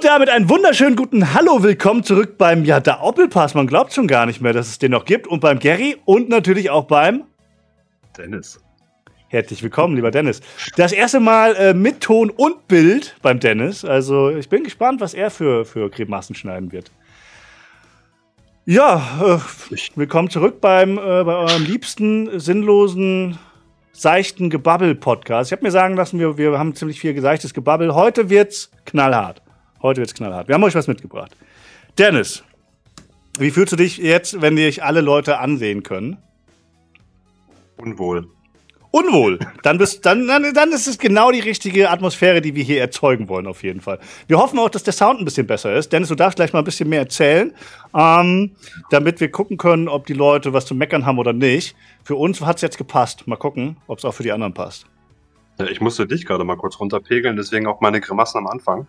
damit einen wunderschönen guten Hallo, willkommen zurück beim der Opelpass. Man glaubt schon gar nicht mehr, dass es den noch gibt. Und beim Gary und natürlich auch beim Dennis. Herzlich willkommen, lieber Dennis. Das erste Mal mit Ton und Bild beim Dennis. Also ich bin gespannt, was er für Grimassen schneiden wird. Ja, willkommen zurück bei eurem liebsten, sinnlosen, seichten Gebabbel-Podcast. Ich habe mir sagen lassen, wir haben ziemlich viel seichtes Gebabbel. Heute wird's knallhart. Wir haben euch was mitgebracht. Dennis, wie fühlst du dich jetzt, wenn dich alle Leute ansehen können? Unwohl. Dann ist es genau die richtige Atmosphäre, die wir hier erzeugen wollen, auf jeden Fall. Wir hoffen auch, dass der Sound ein bisschen besser ist. Dennis, du darfst gleich mal ein bisschen mehr erzählen, damit wir gucken können, ob die Leute was zu meckern haben oder nicht. Für uns hat es jetzt gepasst. Mal gucken, ob es auch für die anderen passt. Ja, ich musste dich gerade mal kurz runterpegeln, deswegen auch meine Grimassen am Anfang.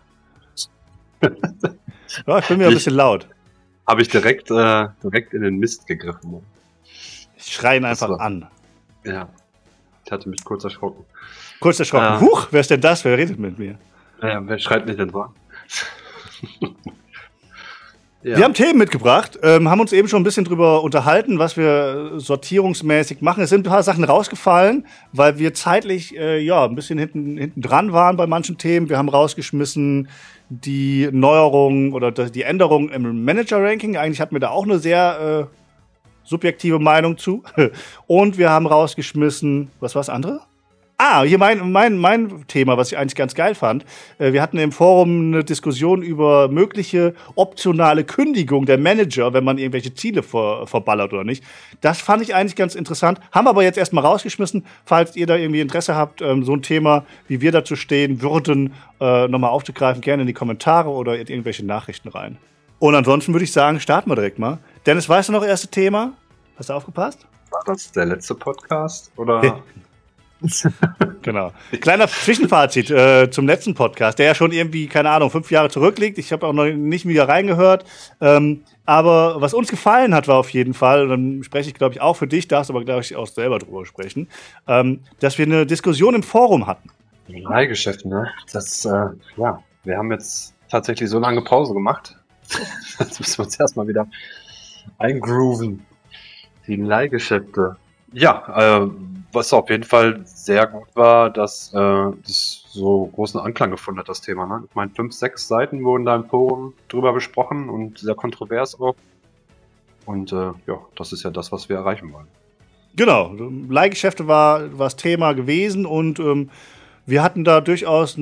Ja, ich bin mir ein bisschen laut. Habe ich direkt in den Mist gegriffen. Ich schreie ihn einfach an. Ja, ich hatte mich kurz erschrocken. Huch, wer ist denn das? Wer redet mit mir? Ja, wer schreit mich denn so an? Ja. Wir haben Themen mitgebracht, haben uns eben schon ein bisschen drüber unterhalten, was wir sortierungsmäßig machen. Es sind ein paar Sachen rausgefallen, weil wir zeitlich ein bisschen hinten dran waren bei manchen Themen. Wir haben rausgeschmissen die Neuerung oder die Änderung im Manager-Ranking. Eigentlich hatten wir da auch eine sehr subjektive Meinung zu. Und wir haben rausgeschmissen, was war das andere? Hier mein Thema, was ich eigentlich ganz geil fand. Wir hatten im Forum eine Diskussion über mögliche optionale Kündigung der Manager, wenn man irgendwelche Ziele verballert oder nicht. Das fand ich eigentlich ganz interessant. Haben wir aber jetzt erstmal rausgeschmissen. Falls ihr da irgendwie Interesse habt, so ein Thema, wie wir dazu stehen würden, nochmal aufzugreifen, gerne in die Kommentare oder in irgendwelche Nachrichten rein. Und ansonsten würde ich sagen, starten wir direkt mal. Dennis, weißt du noch erste Thema? Hast du aufgepasst? War das der letzte Podcast? Oder? Genau. Kleiner Zwischenfazit zum letzten Podcast, der ja schon irgendwie, keine Ahnung, 5 Jahre zurückliegt. Ich habe auch noch nicht wieder reingehört. Aber was uns gefallen hat, war auf jeden Fall, und dann spreche ich, glaube ich, auch für dich, darfst aber, glaube ich, auch selber drüber sprechen, dass wir eine Diskussion im Forum hatten. Leihgeschäft, ne? Wir haben jetzt tatsächlich so lange Pause gemacht. Jetzt müssen wir uns erstmal wieder eingrooven. Die Leihgeschäfte. Ja, was auf jeden Fall sehr gut war, dass das so großen Anklang gefunden hat, das Thema. Ne? Ich meine, 5, 6 Seiten wurden da im Forum drüber besprochen und sehr kontrovers auch. Und das ist ja das, was wir erreichen wollen. Genau, Leihgeschäfte war das Thema gewesen und wir hatten da durchaus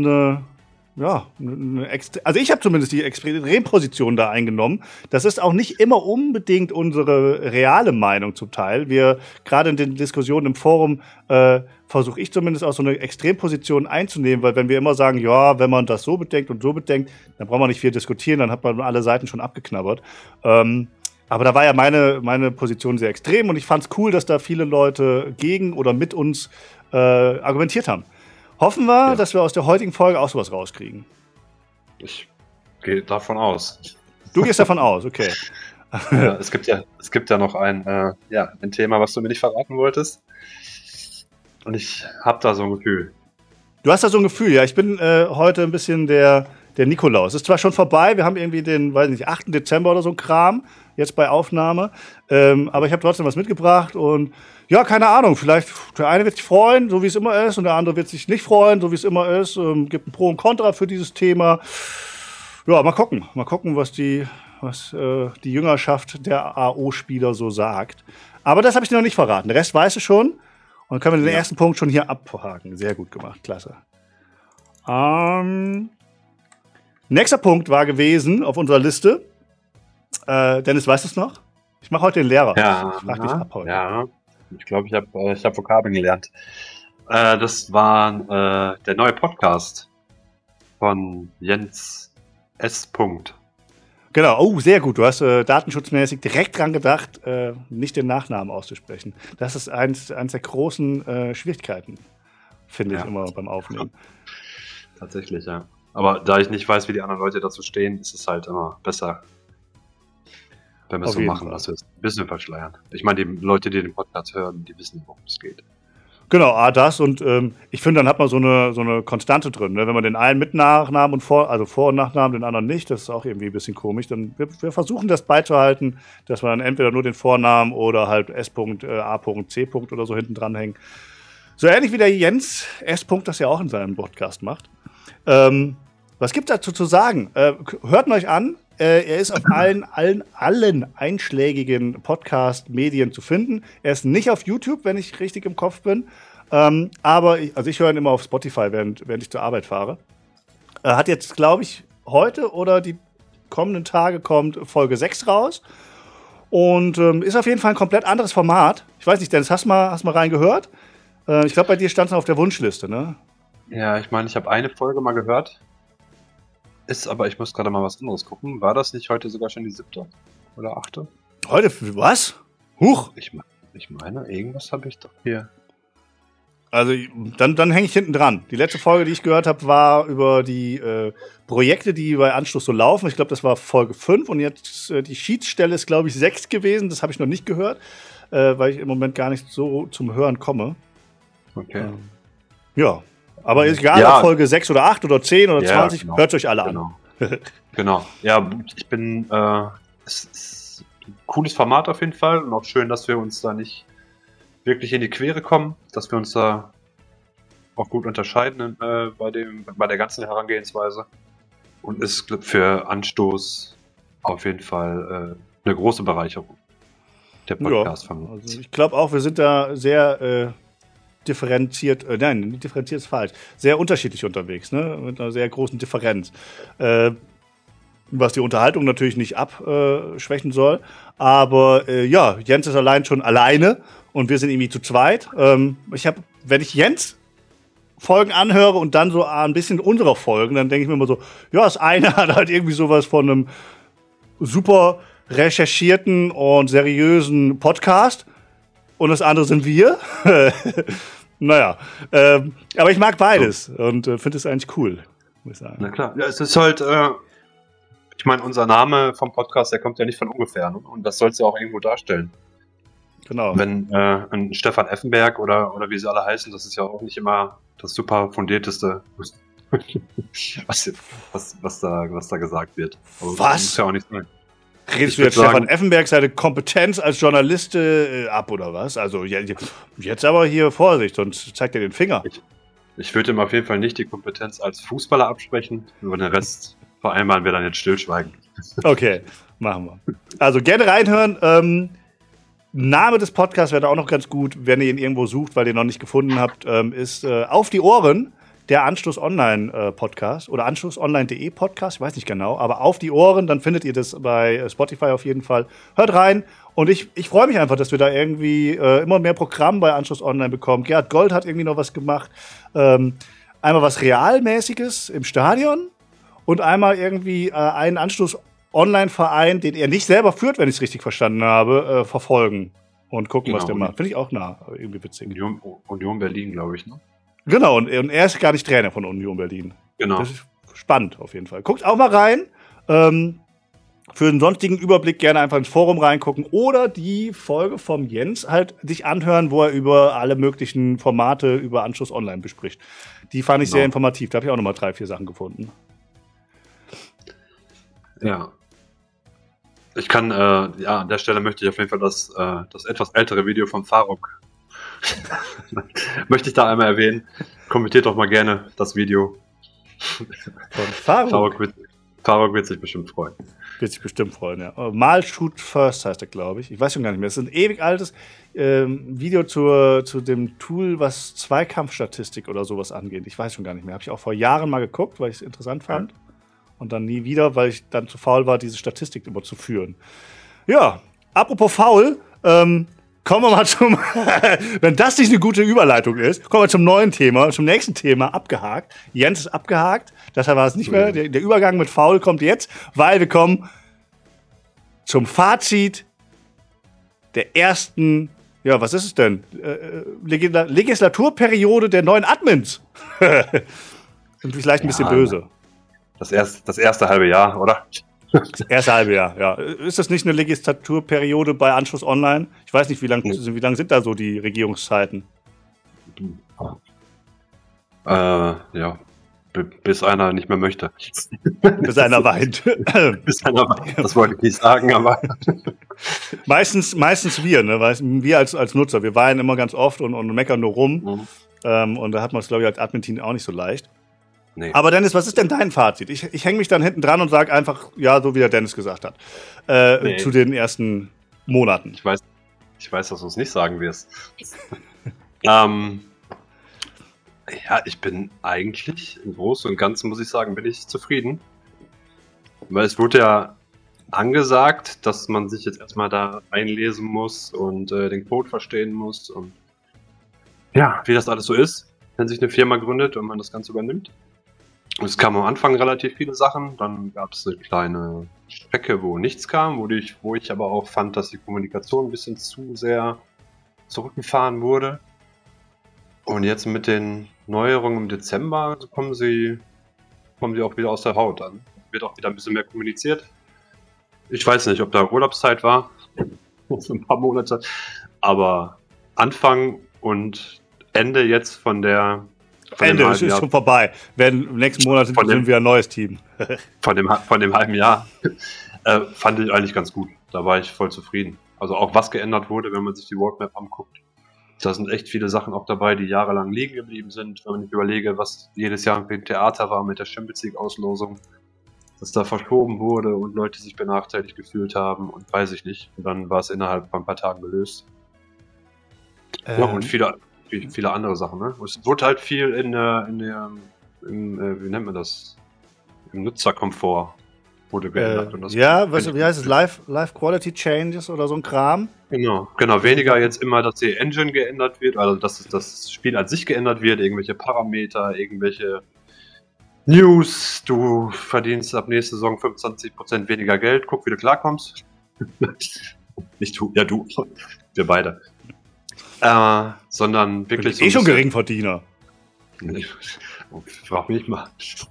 also ich habe zumindest die Extremposition da eingenommen. Das ist auch nicht immer unbedingt unsere reale Meinung zum Teil. Gerade in den Diskussionen im Forum versuche ich zumindest auch so eine Extremposition einzunehmen, weil wenn wir immer sagen, ja, wenn man das so bedenkt und so bedenkt, dann braucht man nicht viel diskutieren, dann hat man alle Seiten schon abgeknabbert. Aber da war ja meine Position sehr extrem und ich fand es cool, dass da viele Leute gegen oder mit uns argumentiert haben. Hoffen wir, dass wir aus der heutigen Folge auch sowas rauskriegen. Ich gehe davon aus. Du gehst davon aus, okay. Ja, es gibt ja noch ein Thema, was du mir nicht verraten wolltest. Und ich habe da so ein Gefühl. Du hast da so ein Gefühl, ja. Ich bin heute ein bisschen der Nikolaus. Es ist zwar schon vorbei, wir haben irgendwie den, 8. Dezember oder so ein Kram, jetzt bei Aufnahme. Aber ich habe trotzdem was mitgebracht und ja, keine Ahnung, vielleicht der eine wird sich freuen, so wie es immer ist, und der andere wird sich nicht freuen, so wie es immer ist. Gibt ein Pro und Contra für dieses Thema. Ja, mal gucken, was die Jüngerschaft der AO-Spieler so sagt. Aber das habe ich dir noch nicht verraten. Den Rest weißt du schon. Und dann können wir den ersten Punkt schon hier abhaken. Sehr gut gemacht, klasse. Nächster Punkt war gewesen auf unserer Liste. Dennis, weißt du es noch? Ich mache heute den Lehrer. Ja, ich frage dich ab heute. Ja. Ich glaube, ich hab Vokabeln gelernt. Das war der neue Podcast von Jens S. Genau, sehr gut. Du hast datenschutzmäßig direkt dran gedacht, nicht den Nachnamen auszusprechen. Das ist eins der großen Schwierigkeiten, finde ich immer beim Aufnehmen. Tatsächlich, ja. Aber da ich nicht weiß, wie die anderen Leute dazu stehen, ist es halt immer besser, wenn wir es so machen, dass wir es ein bisschen verschleiern. Ich meine, die Leute, die den Podcast hören, die wissen, worum es geht. Genau, das und ich finde, dann hat man so eine Konstante drin. Ne? Wenn man den einen mit Nachnamen und Vor- und Nachnamen, den anderen nicht, das ist auch irgendwie ein bisschen komisch. Dann wir versuchen das beizuhalten, dass man dann entweder nur den Vornamen oder halt S. A. C. oder so hinten dranhängen. So ähnlich wie der Jens S. das ja auch in seinem Podcast macht. Was gibt's dazu zu sagen? Hört ihn euch an. Er ist auf allen einschlägigen Podcast-Medien zu finden. Er ist nicht auf YouTube, wenn ich richtig im Kopf bin. Aber ich höre ihn immer auf Spotify, während ich zur Arbeit fahre. Er hat jetzt, glaube ich, heute oder die kommenden Tage kommt Folge 6 raus. Und ist auf jeden Fall ein komplett anderes Format. Ich weiß nicht, Dennis, hast du mal reingehört? Ich glaube, bei dir stand es auf der Wunschliste, ne? Ja, ich meine, ich habe eine Folge mal gehört. Aber ich muss gerade mal was anderes gucken. War das nicht heute sogar schon die 7. oder 8.? Heute, was? Huch! Ich meine, irgendwas habe ich doch hier. Also, dann hänge ich hinten dran. Die letzte Folge, die ich gehört habe, war über die Projekte, die bei Anschluss so laufen. Ich glaube, das war Folge 5 und jetzt die Schiedsstelle ist, glaube ich, 6 gewesen. Das habe ich noch nicht gehört, weil ich im Moment gar nicht so zum Hören komme. Okay. Ja. Aber egal, ob Folge 6 oder 8 oder 10 oder 20, genau. hört euch alle an. Genau. Ja, es ist ein cooles Format auf jeden Fall und auch schön, dass wir uns da nicht wirklich in die Quere kommen, dass wir uns da auch gut unterscheiden bei der ganzen Herangehensweise und ist für Anstoß auf jeden Fall eine große Bereicherung, der Podcast von uns. Also ich glaube auch, wir sind da sehr differenziert, nein, nicht differenziert ist falsch, sehr unterschiedlich unterwegs, ne? Mit einer sehr großen Differenz. Was die Unterhaltung natürlich nicht abschwächen soll. Aber Jens ist allein schon alleine und wir sind irgendwie zu zweit. Wenn ich Jens Folgen anhöre und dann so ein bisschen unserer Folgen, dann denke ich mir immer so, ja, das eine hat halt irgendwie sowas von einem super recherchierten und seriösen Podcast und das andere sind wir. Naja, aber ich mag beides und finde es eigentlich cool, muss ich sagen. Na klar, ja, es ist halt, ich meine, unser Name vom Podcast, der kommt ja nicht von ungefähr, ne? Und das soll es ja auch irgendwo darstellen. Genau. Wenn ein Stefan Effenberg oder wie sie alle heißen, das ist ja auch nicht immer das super fundierteste, was da gesagt wird. Aber was? Das muss ja auch nicht sein. Redest du jetzt Stefan Effenberg seine Kompetenz als Journalist ab, oder was? Also jetzt aber hier Vorsicht, sonst zeigt er den Finger. Ich würde ihm auf jeden Fall nicht die Kompetenz als Fußballer absprechen, über den Rest vereinbaren wir dann jetzt Stillschweigen. Okay, machen wir. Also gerne reinhören. Name des Podcasts wäre auch noch ganz gut, wenn ihr ihn irgendwo sucht, weil ihr ihn noch nicht gefunden habt, ist Auf die Ohren. Der Anschluss Online Podcast oder anschlussonline.de Podcast, ich weiß nicht genau, aber Auf die Ohren, dann findet ihr das bei Spotify auf jeden Fall. Hört rein und ich freue mich einfach, dass wir da irgendwie immer mehr Programm bei Anschluss Online bekommen. Gerhard Gold hat irgendwie noch was gemacht. Einmal was Realmäßiges im Stadion und einmal irgendwie einen Anschluss Online-Verein, den er nicht selber führt, wenn ich es richtig verstanden habe, verfolgen und gucken, was der macht. Finde ich auch irgendwie witzig. Union Berlin, glaube ich, ne? Genau, und er ist gar nicht Trainer von Union Berlin. Genau. Das ist spannend auf jeden Fall. Guckt auch mal rein. Für den sonstigen Überblick gerne einfach ins Forum reingucken oder die Folge vom Jens halt sich anhören, wo er über alle möglichen Formate über Anschluss Online bespricht. Die fand ich sehr informativ. Da habe ich auch nochmal 3, 4 Sachen gefunden. Ja. Ich kann, an der Stelle möchte ich auf jeden Fall das etwas ältere Video von Faruk möchte ich da einmal erwähnen. Kommentiert doch mal gerne das Video. Von Faruk? Faruk wird sich bestimmt freuen. Wird sich bestimmt freuen, ja. Mal Shoot First heißt er, glaube ich. Ich weiß schon gar nicht mehr. Es ist ein ewig altes Video zu dem Tool, was Zweikampfstatistik oder sowas angeht. Ich weiß schon gar nicht mehr. Habe ich auch vor Jahren mal geguckt, weil ich es interessant fand. Und dann nie wieder, weil ich dann zu faul war, diese Statistik immer zu führen. Ja, apropos faul, kommen wir mal zum, wenn das nicht eine gute Überleitung ist, kommen wir zum neuen Thema, zum nächsten Thema, abgehakt. Jens ist abgehakt, deshalb war es nicht mehr. Der Übergang mit faul kommt jetzt, weil wir kommen zum Fazit der ersten, ja, was ist es denn? Legislaturperiode der neuen Admins. Sind vielleicht ein bisschen böse. Das erste halbe Jahr, oder? Das erste halbe Jahr, ja. Ist das nicht eine Legislaturperiode bei Anschluss Online? Ich weiß nicht, wie lang sind da so die Regierungszeiten? Ja, bis einer nicht mehr möchte. Bis einer weint. Bis einer weint, das wollte ich nicht sagen, aber Meistens wir, ne? Wir als Nutzer, wir weinen immer ganz oft und meckern nur rum. Und da hat man es, glaube ich, als Admin-Team auch nicht so leicht. nee. Aber Dennis, was ist denn dein Fazit? Ich hänge mich dann hinten dran und sage einfach, ja, so wie der Dennis gesagt hat, Nee. zu den ersten Monaten. Ich weiß, dass du es nicht sagen wirst. Ja, ich bin eigentlich im Großen und Ganzen, muss ich sagen, bin ich zufrieden. Weil es wurde ja angesagt, dass man sich jetzt erstmal da einlesen muss und den Code verstehen muss und ja, wie das alles so ist, wenn sich eine Firma gründet und man das Ganze übernimmt. Und es kamen am Anfang relativ viele Sachen, dann gab es eine kleine Strecke, wo nichts kam, wo ich aber auch fand, dass die Kommunikation ein bisschen zu sehr zurückgefahren wurde. Und jetzt mit den Neuerungen im Dezember kommen sie auch wieder aus der Haut an. Wird auch wieder ein bisschen mehr kommuniziert. Ich weiß nicht, ob da Urlaubszeit war, so ein paar Monate, aber Anfang und Ende jetzt von dem Ende, es halben ist Jahr, schon vorbei. Im nächsten Monat sind wir ein neues Team. von dem halben Jahr fand ich eigentlich ganz gut. Da war ich voll zufrieden. Also auch was geändert wurde, wenn man sich die Roadmap anguckt. Da sind echt viele Sachen auch dabei, die jahrelang liegen geblieben sind. Wenn ich überlege, was jedes Jahr im Theater war mit der Champions League Auslosung, dass da verschoben wurde und Leute sich benachteiligt gefühlt haben und weiß ich nicht. Und dann war es innerhalb von ein paar Tagen gelöst. Ja, und viele andere Sachen, ne? Es wurde halt viel wie nennt man das? Im Nutzerkomfort wurde geändert. Und das wie heißt es? Live Quality Changes oder so ein Kram? Genau. Weniger jetzt immer, dass die Engine geändert wird, also dass das Spiel an sich geändert wird, irgendwelche Parameter, irgendwelche News, du verdienst ab nächster Saison 25% weniger Geld, guck, wie du klarkommst. Nicht du, ja du, wir beide. Sondern wirklich so schon Geringverdiener. Frag mich mal.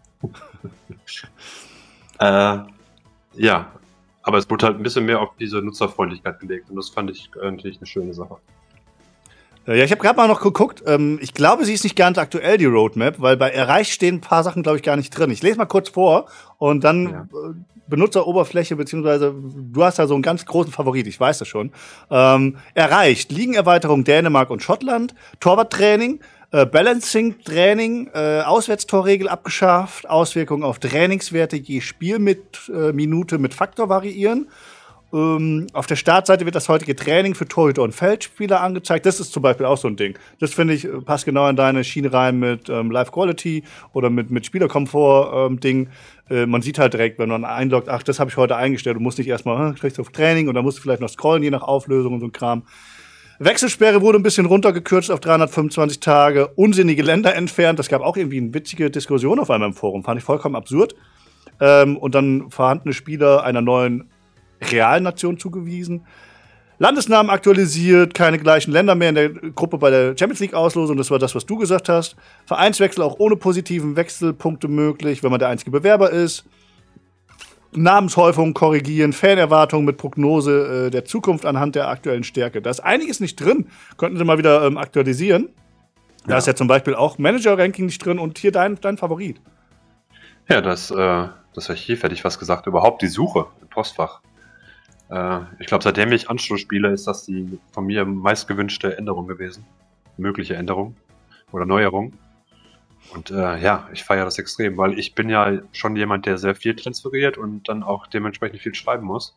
Ja, aber es wurde halt ein bisschen mehr auf diese Nutzerfreundlichkeit gelegt und das fand ich eigentlich eine schöne Sache. Ja, ich habe gerade mal noch geguckt. Ich glaube, sie ist nicht ganz aktuell, die Roadmap, weil bei Erreicht stehen ein paar Sachen, glaube ich, gar nicht drin. Ich lese mal kurz vor und dann Benutzeroberfläche, beziehungsweise du hast da so einen ganz großen Favorit, ich weiß das schon. Erreicht, Ligenerweiterung Dänemark und Schottland, Torwarttraining, Balancing-Training, Auswärtstorregel abgeschafft, Auswirkungen auf Trainingswerte je Spielminute mit Faktor variieren. Auf der Startseite wird das heutige Training für Torhüter und Feldspieler angezeigt. Das ist zum Beispiel auch so ein Ding. Das finde ich, passt genau in deine Schiene rein mit Live Quality oder mit Spielerkomfort-Ding. Man sieht halt direkt, wenn man einloggt, ach, das habe ich heute eingestellt. Du musst nicht erstmal kriegst auf Training und dann musst du vielleicht noch scrollen, je nach Auflösung und so ein Kram. Wechselsperre wurde ein bisschen runtergekürzt auf 325 Tage. Unsinnige Länder entfernt. Das gab auch irgendwie eine witzige Diskussion auf einmal im Forum. Fand ich vollkommen absurd. Und dann vorhandene Spieler einer neuen Realnation zugewiesen. Landesnamen aktualisiert, keine gleichen Länder mehr in der Gruppe bei der Champions League Auslosung, das war das, was du gesagt hast. Vereinswechsel auch ohne positiven Wechselpunkte möglich, wenn man der einzige Bewerber ist. Namenshäufung korrigieren, Fanerwartungen mit Prognose der Zukunft anhand der aktuellen Stärke. Da ist einiges nicht drin. Könnten Sie mal wieder aktualisieren. Da ist ja zum Beispiel auch Manager-Ranking nicht drin und hier dein Favorit. Ja, das Archiv hätte ich was gesagt. Überhaupt die Suche im Postfach. Ich glaube, seitdem ich Anschluss spiele, ist das die von mir meistgewünschte Änderung gewesen. Mögliche Änderung oder Neuerung. Und ich feiere das extrem, weil ich bin ja schon jemand, der sehr viel transferiert und dann auch dementsprechend viel schreiben muss.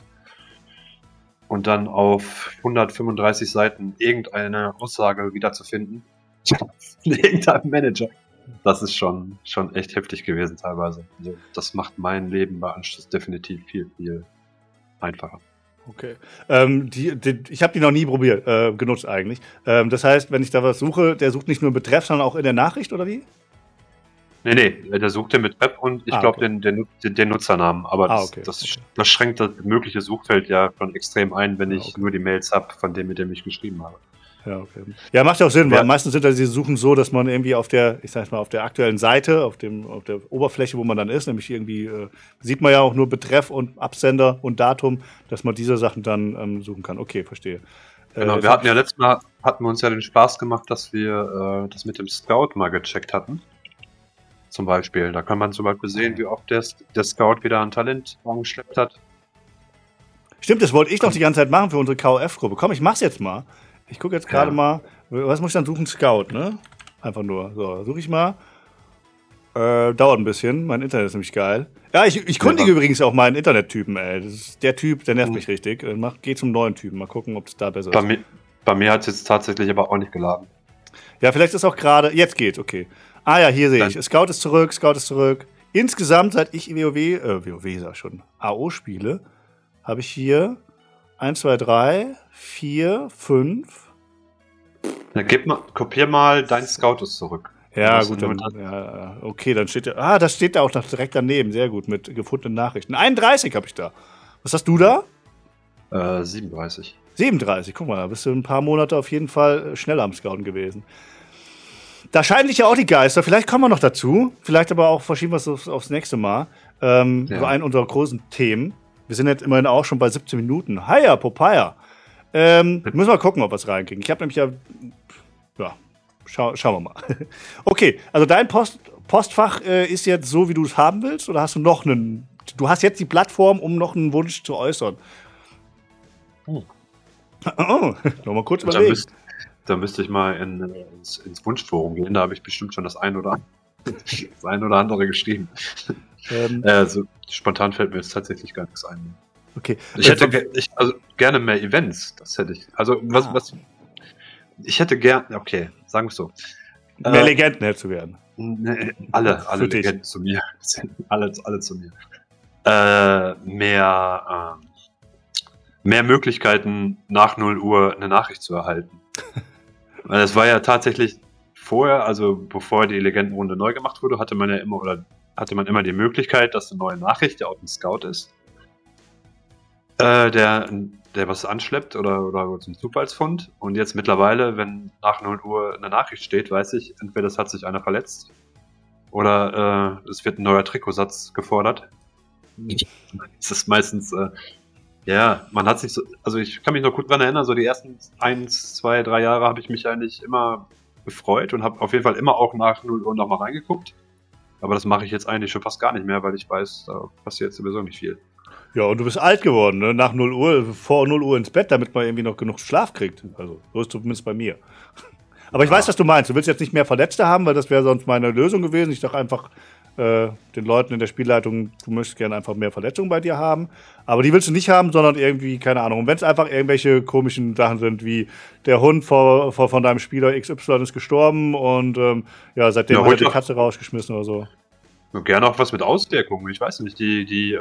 Und dann auf 135 Seiten irgendeine Aussage wiederzufinden. Irgendein Manager. Das ist schon echt heftig gewesen teilweise. Also das macht mein Leben bei Anschluss definitiv viel, viel einfacher. Okay. Ich habe die noch nie probiert, genutzt eigentlich. Das heißt, wenn ich da was suche, der sucht nicht nur im Betreff, sondern auch in der Nachricht, oder wie? Nee, der sucht den Betreff und ich glaube den Nutzernamen. Aber das schränkt das mögliche Suchfeld ja schon extrem ein, wenn ich nur die Mails habe, mit dem ich geschrieben habe. Ja, okay. Ja, macht ja auch Sinn, weil meistens sind diese Suchen so, dass man irgendwie auf der aktuellen Seite, auf der Oberfläche, wo man dann ist, nämlich irgendwie, sieht man ja auch nur Betreff und Absender und Datum, dass man diese Sachen dann suchen kann. Okay, verstehe. Genau, wir hatten ja letztes Mal, hatten wir uns ja den Spaß gemacht, dass wir das mit dem Scout mal gecheckt hatten. Zum Beispiel. Da kann man zum Beispiel sehen, wie oft der Scout wieder ein Talent angeschleppt hat. Stimmt, das wollte ich doch die ganze Zeit machen für unsere KOF-Gruppe. Komm, ich mach's jetzt mal. Ich gucke jetzt gerade mal. Was muss ich dann suchen? Scout, ne? Einfach nur. So, suche ich mal. Dauert ein bisschen. Mein Internet ist nämlich geil. Ja, ich kundige übrigens auch meinen Internettypen, ey. Das ist der Typ, der nervt mich richtig. Geh zum neuen Typen. Mal gucken, ob es da besser ist. Bei mir hat es jetzt tatsächlich aber auch nicht geladen. Ja, vielleicht ist auch gerade. Jetzt geht, okay. Ah ja, hier sehe ich. Scout ist zurück. Insgesamt, seit ich WoW sag schon, AO spiele, habe ich hier 1, 2, 3, 4, 5. Na, kopier mal, dein Scout ist zurück. Ja, gut, okay, dann steht ja. Das steht da auch noch direkt daneben. Sehr gut, mit gefundenen Nachrichten. 31 habe ich da. Was hast du da? 37. 37, guck mal, da bist du ein paar Monate auf jeden Fall schneller am Scouten gewesen. Da scheiden sich ja auch die Geister. Vielleicht kommen wir noch dazu. Vielleicht aber auch verschieben wir es aufs nächste Mal. Über einen unserer großen Themen. Wir sind jetzt immerhin auch schon bei 17 Minuten. Hiya, Popeye. Müssen wir mal gucken, ob wir es reinkriegen. Ich habe nämlich schauen wir mal. Okay, also dein Postfach ist jetzt so, wie du es haben willst? Oder hast du noch einen... Du hast jetzt die Plattform, um noch einen Wunsch zu äußern. Nochmal kurz überlegen. Da müsste ich mal ins Wunschforum gehen. Da habe ich bestimmt schon das ein oder andere geschrieben. Also spontan fällt mir jetzt tatsächlich gar nichts ein. Okay. Ich hätte gerne mehr Events. Das hätte ich. Also was ich hätte gerne. Okay, sagen wir es so. Mehr Legenden hätte zu werden. Alle Legenden zu mir. alle zu mir. Mehr Möglichkeiten, nach 0 Uhr eine Nachricht zu erhalten. Weil das war ja tatsächlich vorher, also bevor die Legendenrunde neu gemacht wurde, hatte man immer die Möglichkeit, dass eine neue Nachricht, der auch ein Scout ist, der was anschleppt oder zum Zufallsfund. Und jetzt mittlerweile, wenn nach 0 Uhr eine Nachricht steht, weiß ich, entweder es hat sich einer verletzt oder es wird ein neuer Trikotsatz gefordert. Es ist meistens, man hat sich so, also ich kann mich noch gut dran erinnern, so die ersten 1, 2, 3 Jahre habe ich mich eigentlich immer gefreut und habe auf jeden Fall immer auch nach 0 Uhr nochmal reingeguckt. Aber das mache ich jetzt eigentlich schon fast gar nicht mehr, weil ich weiß, da passiert sowieso nicht viel. Ja, und du bist alt geworden, ne? Nach 0 Uhr, vor 0 Uhr ins Bett, damit man irgendwie noch genug Schlaf kriegt. Also, so ist zumindest bei mir. Aber ich weiß, was du meinst. Du willst jetzt nicht mehr Verletzte haben, weil das wäre sonst meine Lösung gewesen. Ich dachte einfach den Leuten in der Spielleitung, du möchtest gerne einfach mehr Verletzungen bei dir haben. Aber die willst du nicht haben, sondern irgendwie, keine Ahnung. Und wenn es einfach irgendwelche komischen Sachen sind, wie der Hund von deinem Spieler XY ist gestorben und seitdem hat die Katze rausgeschmissen oder so. Gerne auch was mit Auswirkungen. Ich weiß nicht, die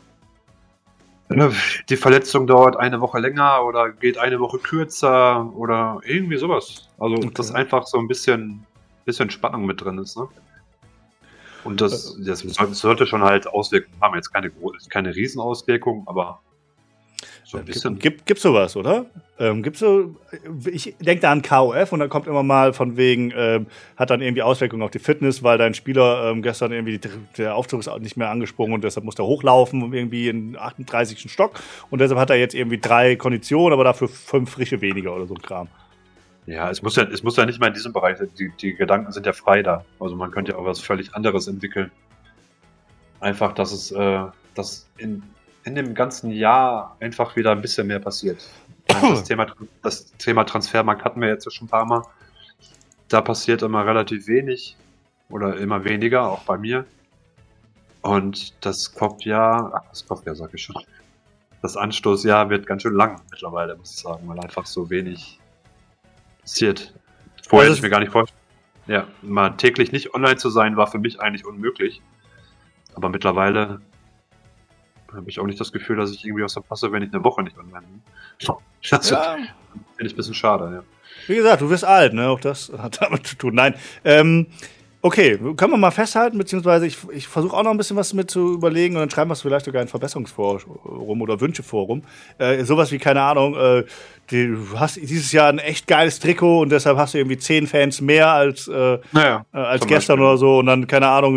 Verletzung dauert eine Woche länger oder geht eine Woche kürzer oder irgendwie sowas. Also, dass einfach so ein bisschen Spannung mit drin ist, ne? Und das sollte schon halt Auswirkungen haben. Jetzt keine Riesenauswirkungen, aber so ein bisschen. Gibt's sowas, oder? Ich denke da an KOF und dann kommt immer mal von wegen, hat dann irgendwie Auswirkungen auf die Fitness, weil dein Spieler gestern irgendwie, der Aufzug ist nicht mehr angesprungen und deshalb muss er hochlaufen, irgendwie in 38. Stock und deshalb hat er jetzt irgendwie 3 Konditionen, aber dafür 5 frische weniger oder so ein Kram. Ja, es muss ja nicht mal in diesem Bereich, die Gedanken sind ja frei da. Also man könnte ja auch was völlig anderes entwickeln. Einfach, dass in dem ganzen Jahr einfach wieder ein bisschen mehr passiert. Das Thema Transfermarkt hatten wir jetzt schon ein paar Mal. Da passiert immer relativ wenig oder immer weniger, auch bei mir. Und das Kopfjahr sag ich schon. Das Anstoßjahr wird ganz schön lang mittlerweile, muss ich sagen, weil einfach so wenig passiert. Vorher hätte ich mir gar nicht vorstellen. Ja, mal täglich nicht online zu sein, war für mich eigentlich unmöglich. Aber mittlerweile habe ich auch nicht das Gefühl, dass ich irgendwie was verpasse, wenn ich eine Woche nicht online bin. Das finde ich ein bisschen schade, ja. Wie gesagt, du wirst alt, ne? Auch das hat damit zu tun. Nein. Okay, können wir mal festhalten, beziehungsweise ich versuche auch noch ein bisschen was mit zu überlegen und dann schreiben wir es vielleicht sogar in Verbesserungsforum oder Wünscheforum. Sowas wie, keine Ahnung, du hast dieses Jahr ein echt geiles Trikot und deshalb hast du irgendwie 10 Fans mehr als gestern oder so und dann, keine Ahnung,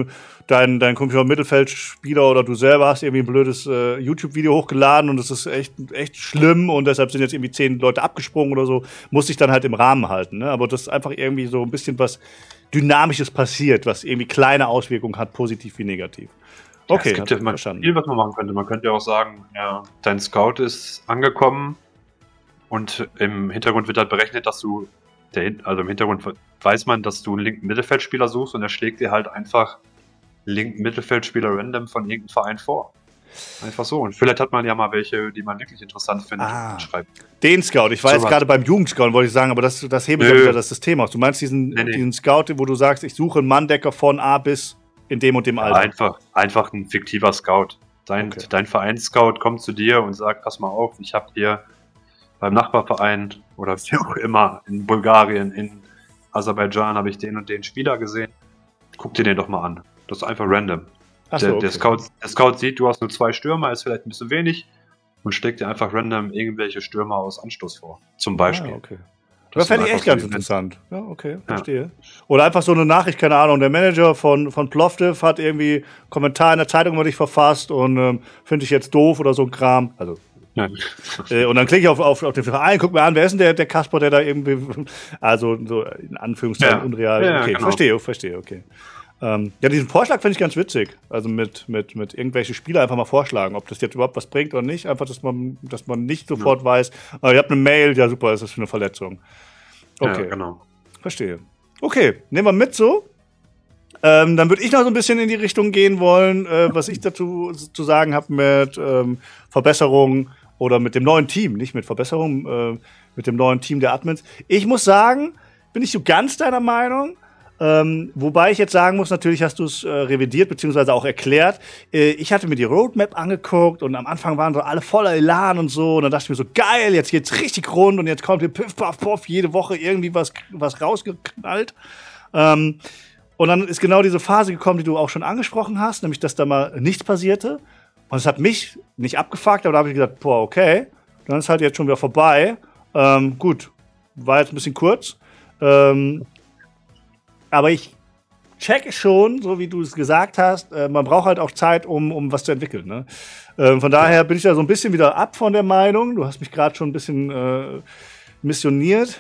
dein komischer Mittelfeldspieler oder du selber hast irgendwie ein blödes YouTube-Video hochgeladen und es ist echt schlimm und deshalb sind jetzt irgendwie 10 Leute abgesprungen oder so, musst dich dann halt im Rahmen halten, ne? Aber das ist einfach irgendwie so ein bisschen was Dynamisches passiert, was irgendwie kleine Auswirkungen hat, positiv wie negativ. Okay, es gibt ja viel, was man machen könnte. Man könnte ja auch sagen, ja, dein Scout ist angekommen und im Hintergrund wird halt berechnet, dass du, also im Hintergrund weiß man, dass du einen linken Mittelfeldspieler suchst und er schlägt dir halt einfach linken Mittelfeldspieler random von irgendeinem Verein vor. Einfach so. Und vielleicht hat man ja mal welche, die man wirklich interessant findet und schreibt. Den Scout. Ich war jetzt gerade beim Jugendscout, wollte ich sagen, aber das hebelt ja wieder das System aus. Du meinst diesen Scout, wo du sagst, ich suche einen Manndecker von A bis in dem und dem Alter. Einfach ein fiktiver Scout. Dein Vereinsscout kommt zu dir und sagt, pass mal auf, ich habe hier beim Nachbarverein oder wie auch immer, in Bulgarien, in Aserbaidschan habe ich den und den Spieler gesehen. Guck dir den doch mal an. Das ist einfach random. Der Scout sieht, du hast nur 2 Stürmer, ist vielleicht ein bisschen wenig und schlägt dir einfach random irgendwelche Stürmer aus Anstoß vor. Zum Beispiel. Okay. Das fände ich echt ganz interessant. Ja, okay, verstehe. Oder einfach so eine Nachricht, keine Ahnung, der Manager von Plovdiv hat irgendwie einen Kommentar in der Zeitung über dich verfasst und finde ich jetzt doof oder so ein Kram. Also. Ja. Und dann klicke ich auf den Verein, guck mir an, wer ist denn der Kasper, der da irgendwie, also so in Anführungszeichen unreal. Ja, okay, genau. Verstehe, okay. Diesen Vorschlag finde ich ganz witzig. Also mit irgendwelchen Spielern einfach mal vorschlagen, ob das jetzt überhaupt was bringt oder nicht. Einfach, dass man nicht sofort weiß, ihr habt eine Mail, ja super, ist das für eine Verletzung. Okay, ja, genau. Verstehe. Okay, nehmen wir mit so. Dann würde ich noch so ein bisschen in die Richtung gehen wollen, was ich dazu zu sagen habe mit Verbesserungen oder mit dem neuen Team, nicht mit Verbesserungen, mit dem neuen Team der Admins. Ich muss sagen, bin ich so ganz deiner Meinung. Wobei ich jetzt sagen muss, natürlich hast du es revidiert beziehungsweise auch erklärt. Ich hatte mir die Roadmap angeguckt und am Anfang waren so alle voller Elan und so. Und dann dachte ich mir so, geil, jetzt geht's richtig rund und jetzt kommt hier Piff, Puff, Puff, jede Woche irgendwie was rausgeknallt. Und dann ist genau diese Phase gekommen, die du auch schon angesprochen hast, nämlich, dass da mal nichts passierte. Und es hat mich nicht abgefuckt, aber da habe ich gesagt, boah, okay, dann ist halt jetzt schon wieder vorbei. Gut, war jetzt ein bisschen kurz. Aber ich checke schon, so wie du es gesagt hast, man braucht halt auch Zeit, um was zu entwickeln. Ne? Von daher bin ich da so ein bisschen wieder ab von der Meinung. Du hast mich gerade schon ein bisschen missioniert.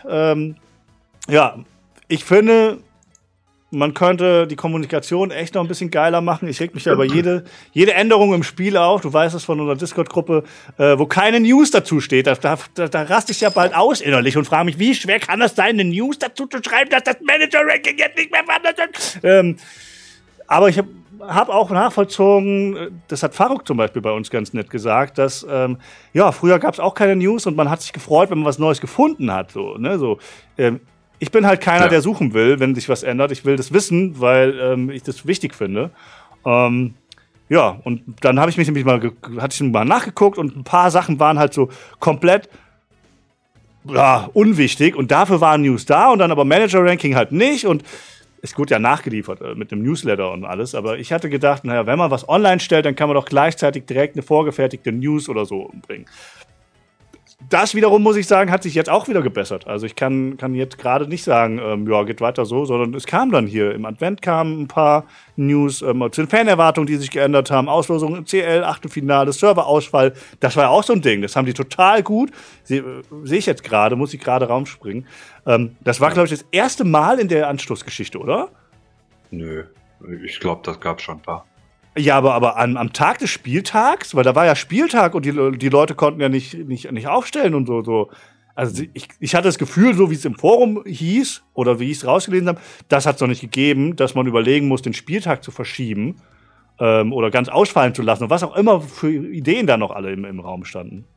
Ich finde, man könnte die Kommunikation echt noch ein bisschen geiler machen. Ich reg mich ja über jede Änderung im Spiel auf. Du weißt es von unserer Discord-Gruppe, wo keine News dazu steht. Da raste ich ja bald aus innerlich und frage mich, wie schwer kann das sein, eine News dazu zu schreiben, dass das Manager-Ranking jetzt nicht mehr wandert wird? Aber ich habe auch nachvollzogen, das hat Faruk zum Beispiel bei uns ganz nett gesagt, dass früher gab es auch keine News und man hat sich gefreut, wenn man was Neues gefunden hat. Ich bin halt keiner, der suchen will, wenn sich was ändert. Ich will das wissen, weil ich das wichtig finde. Und dann habe ich mich nämlich mal nachgeguckt und ein paar Sachen waren halt so komplett unwichtig und dafür waren News da und dann aber Manager-Ranking halt nicht und es wurde ja nachgeliefert mit dem Newsletter und alles, aber ich hatte gedacht, naja, wenn man was online stellt, dann kann man doch gleichzeitig direkt eine vorgefertigte News oder so bringen. Das wiederum, muss ich sagen, hat sich jetzt auch wieder gebessert. Also ich kann jetzt gerade nicht sagen, geht weiter so, sondern es kam dann hier im Advent kamen ein paar News zu den Fanerwartungen, die sich geändert haben, Auslosung im CL, Achtelfinale, Serverausfall. Das war ja auch so ein Ding. Das haben die total gut. Sehe ich jetzt gerade, muss ich gerade rausspringen. Das war, glaube ich, das erste Mal in der Anstoßgeschichte, oder? Nö, ich glaube, das gab schon ein paar. Ja, aber am Tag des Spieltags, weil da war ja Spieltag und die Leute konnten ja nicht aufstellen und so. Also ich hatte das Gefühl, so wie es im Forum hieß oder wie ich es rausgelesen habe, das hat es noch nicht gegeben, dass man überlegen muss, den Spieltag zu verschieben oder ganz ausfallen zu lassen und was auch immer für Ideen da noch alle im Raum standen.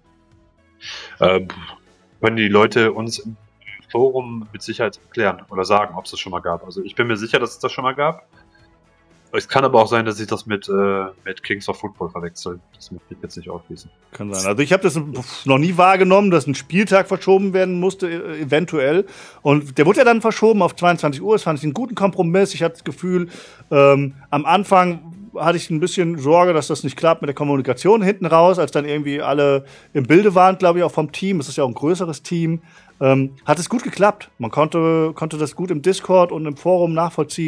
Können die Leute uns im Forum mit Sicherheit erklären oder sagen, ob es das schon mal gab. Also ich bin mir sicher, dass es das schon mal gab. Es kann aber auch sein, dass ich das mit Kings of Football verwechsel. Das möchte ich jetzt nicht ausschließen. Kann sein. Also ich habe das noch nie wahrgenommen, dass ein Spieltag verschoben werden musste, eventuell. Und der wurde ja dann verschoben auf 22 Uhr. Das fand ich einen guten Kompromiss. Ich hatte das Gefühl, am Anfang hatte ich ein bisschen Sorge, dass das nicht klappt mit der Kommunikation hinten raus, als dann irgendwie alle im Bilde waren, glaube ich, auch vom Team. Es ist ja auch ein größeres Team. Hat es gut geklappt. Man konnte das gut im Discord und im Forum nachvollziehen.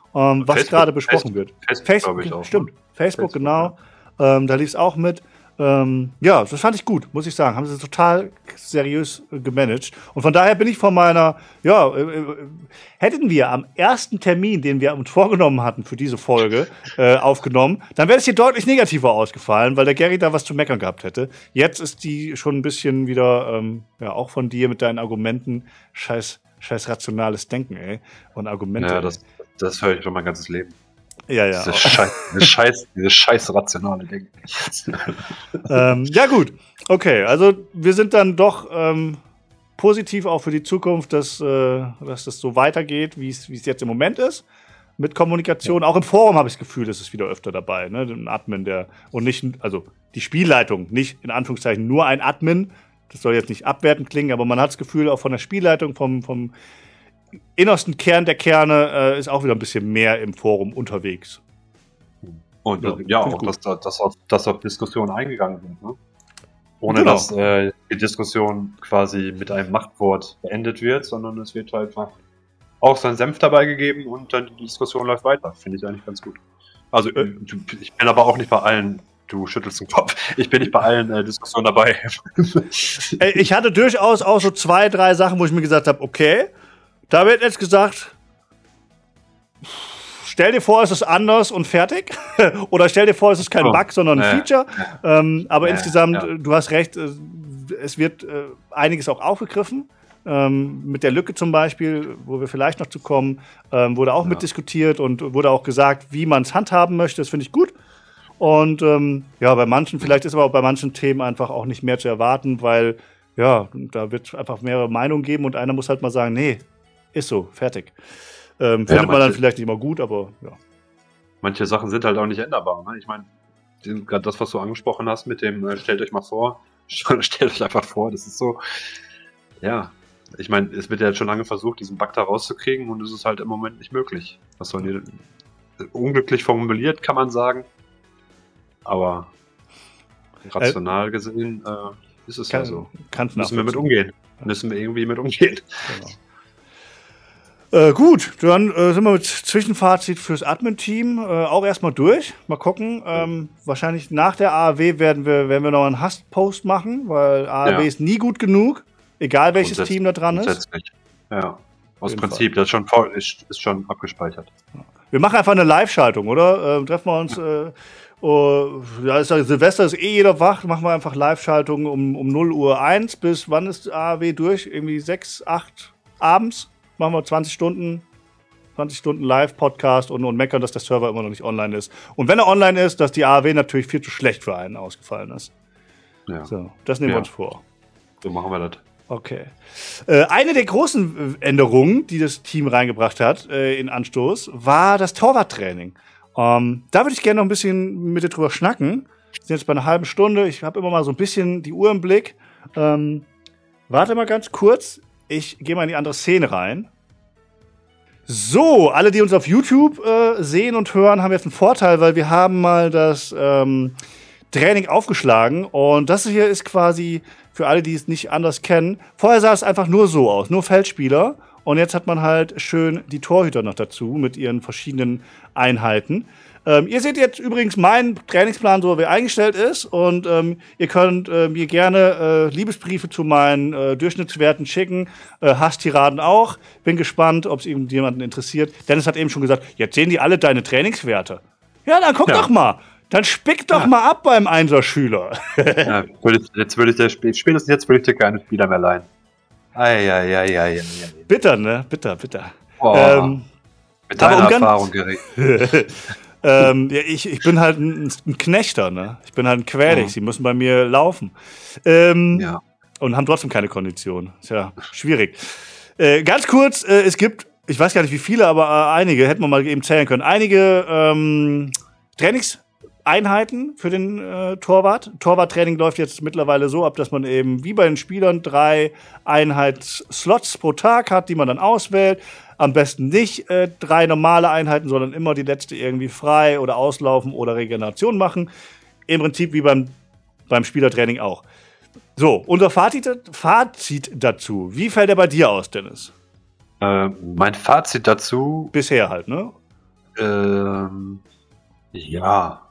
was Facebook, gerade besprochen wird. Facebook, ich auch, stimmt. Facebook, genau. Da lief es auch mit. Ja, das fand ich gut, muss ich sagen. Haben sie total seriös gemanagt. Und von daher bin ich von meiner, hätten wir am ersten Termin, den wir uns vorgenommen hatten für diese Folge, aufgenommen, dann wäre es hier deutlich negativer ausgefallen, weil der Gary da was zu meckern gehabt hätte. Jetzt ist die schon ein bisschen wieder, auch von dir mit deinen Argumenten, scheiß rationales Denken, ey. Und Argumente. Ja, das höre ich schon mein ganzes Leben. Ja. Dieses scheiß rationale Denken. Ja, gut. Okay, also wir sind dann doch positiv auch für die Zukunft, dass das so weitergeht, wie es jetzt im Moment ist. Mit Kommunikation. Auch im Forum habe ich das Gefühl, ist es wieder öfter dabei. Ne? Ein Admin, und nicht, also die Spielleitung, nicht in Anführungszeichen nur ein Admin. Das soll jetzt nicht abwertend klingen, aber man hat das Gefühl, auch von der Spielleitung, vom innersten Kern der Kerne ist auch wieder ein bisschen mehr im Forum unterwegs. Und dass auf Diskussionen eingegangen sind. Ne? Ohne Genau. dass die Diskussion quasi mit einem Machtwort beendet wird, sondern es wird halt einfach auch sein Senf dabei gegeben und dann die Diskussion läuft weiter. Finde ich eigentlich ganz gut. Also ich bin aber auch nicht bei allen, du schüttelst den Kopf, ich bin nicht bei allen Diskussionen dabei. Ich hatte durchaus auch so 2, 3 Sachen, wo ich mir gesagt habe, okay, da wird jetzt gesagt, stell dir vor, es ist anders und fertig. Oder stell dir vor, es ist kein Bug, sondern ein Feature. Aber insgesamt, du hast recht, es wird einiges auch aufgegriffen. Mit der Lücke zum Beispiel, wo wir vielleicht noch zu kommen, wurde auch mitdiskutiert und wurde auch gesagt, wie man es handhaben möchte. Das finde ich gut. Und bei manchen, vielleicht ist aber auch bei manchen Themen einfach auch nicht mehr zu erwarten, weil da wird es einfach mehrere Meinungen geben und einer muss halt mal sagen, nee, ist so, fertig. Findet man dann vielleicht nicht mal gut, aber ja. Manche Sachen sind halt auch nicht änderbar. Ne? Ich meine, gerade das, was du angesprochen hast mit dem, stellt euch mal vor, stellt euch einfach vor, das ist so, ja, ich meine, es wird ja jetzt schon lange versucht, diesen Bug da rauszukriegen und es ist halt im Moment nicht möglich. Was soll die, unglücklich formuliert, kann man sagen, aber rational gesehen ist es ja so. Müssen wir mit umgehen. Müssen wir irgendwie mit umgehen. Genau. Gut, dann sind wir mit Zwischenfazit fürs Admin-Team auch erstmal durch. Mal gucken. Wahrscheinlich nach der AAW werden wir noch einen Hasspost machen, weil AAW ist nie gut genug, egal welches Team da dran ist. Ja, aus Prinzip, Fall. Das ist schon abgespeichert. Wir machen einfach eine Live-Schaltung, oder? Treffen wir uns. Silvester ist jeder wach, machen wir einfach Live-Schaltung um 0:01 bis wann ist AAW durch? Irgendwie 6, 8 abends. Machen wir 20 Stunden Live-Podcast und meckern, dass der Server immer noch nicht online ist. Und wenn er online ist, dass die AAW natürlich viel zu schlecht für einen ausgefallen ist. Ja. So, das nehmen wir uns vor. So machen wir das. Okay. Eine der großen Änderungen, die das Team reingebracht hat in Anstoß, war das Torwarttraining. Da würde ich gerne noch ein bisschen mit dir drüber schnacken. Wir sind jetzt bei einer halben Stunde. Ich habe immer mal so ein bisschen die Uhr im Blick. Warte mal ganz kurz. Ich gehe mal in die andere Szene rein. So, alle, die uns auf YouTube sehen und hören, haben jetzt einen Vorteil, weil wir haben mal das Training aufgeschlagen. Und das hier ist quasi für alle, die es nicht anders kennen. Vorher sah es einfach nur so aus, nur Feldspieler. Und jetzt hat man halt schön die Torhüter noch dazu mit ihren verschiedenen Einheiten. Ihr seht jetzt übrigens meinen Trainingsplan, so wie er eingestellt ist. Und ihr könnt mir gerne Liebesbriefe zu meinen Durchschnittswerten schicken. Hasstiraden auch. Bin gespannt, ob es irgendjemanden interessiert. Dennis hat eben schon gesagt, jetzt sehen die alle deine Trainingswerte. Ja, dann guck doch mal. Dann spick doch mal ab beim Einser-Schüler. Ja, spätestens jetzt würde ich dir keine Spieler mehr leihen. Ei. Bitter, ne? Bitter. Mit deiner Erfahrung geredet. Ich bin halt ein Knechter, ne? Ich bin halt ein Quälix. Sie müssen bei mir laufen. Und haben trotzdem keine Kondition. Ist ja schwierig. Ganz kurz, es gibt, ich weiß gar nicht wie viele, aber einige, hätten wir mal eben zählen können, einige Trainingseinheiten für den Torwart. Torwarttraining läuft jetzt mittlerweile so ab, dass man eben wie bei den Spielern 3 Einheitsslots pro Tag hat, die man dann auswählt. Am besten nicht 3 normale Einheiten, sondern immer die letzte irgendwie frei oder auslaufen oder Regeneration machen. Im Prinzip wie beim Spielertraining auch. So, unser Fazit dazu. Wie fällt der bei dir aus, Dennis? Mein Fazit dazu. Bisher halt, ne? Ja,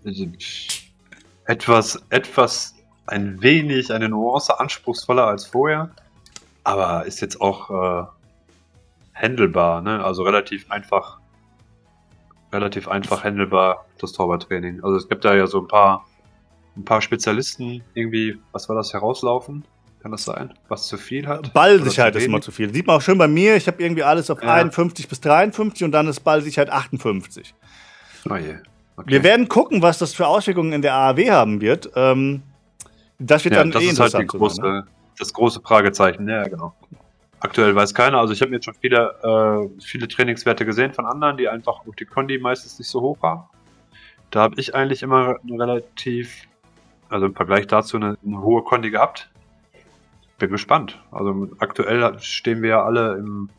ein wenig, eine Nuance anspruchsvoller als vorher, aber ist jetzt auch handelbar, ne? Also relativ einfach handelbar, das Torwarttraining. Also es gibt da ja so ein paar Spezialisten irgendwie, was war das, herauslaufen? Kann das sein? Was zu viel hat? Ballsicherheit ist immer zu viel. Sieht man auch schön bei mir. Ich habe irgendwie alles auf 51 bis 53 und dann ist Ballsicherheit 58. Oh je. Okay. Wir werden gucken, was das für Auswirkungen in der AAW haben wird. Das wird dann das ist halt das große Fragezeichen. Ja, genau. Aktuell weiß keiner. Also ich habe jetzt schon viele Trainingswerte gesehen von anderen, die einfach auf die Kondi meistens nicht so hoch haben. Da habe ich eigentlich immer also im Vergleich dazu eine hohe Kondi gehabt. Bin gespannt. Also aktuell stehen wir ja alle im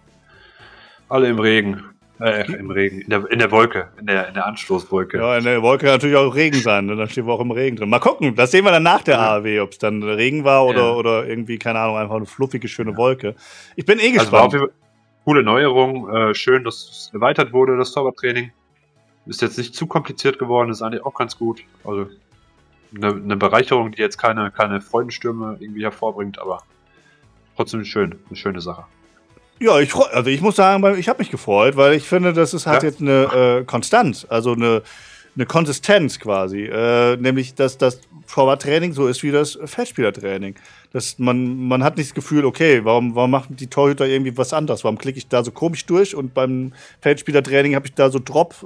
Regen. Im Regen, in der Wolke, in der Anstoßwolke. Ja, in der Wolke kann natürlich auch Regen sein, ne? Dann stehen wir auch im Regen drin. Mal gucken, das sehen wir dann nach der AAW, ob es dann Regen war oder irgendwie, keine Ahnung, einfach eine fluffige, schöne Wolke. Ich bin gespannt. Also war coole Neuerung, schön, dass es erweitert wurde, das Torwarttraining. Ist jetzt nicht zu kompliziert geworden, ist eigentlich auch ganz gut. Also eine Bereicherung, die jetzt keine Freudenstürme irgendwie hervorbringt, aber trotzdem eine schöne Sache. Ja, ich muss sagen, ich habe mich gefreut, weil ich finde, das ist jetzt eine Konstanz, also eine Konsistenz quasi, nämlich dass das Torwarttraining so ist wie das Feldspielertraining. Dass man hat nicht das Gefühl, okay, warum machen die Torhüter irgendwie was anderes? Warum klicke ich da so komisch durch und beim Feldspielertraining habe ich da so Drop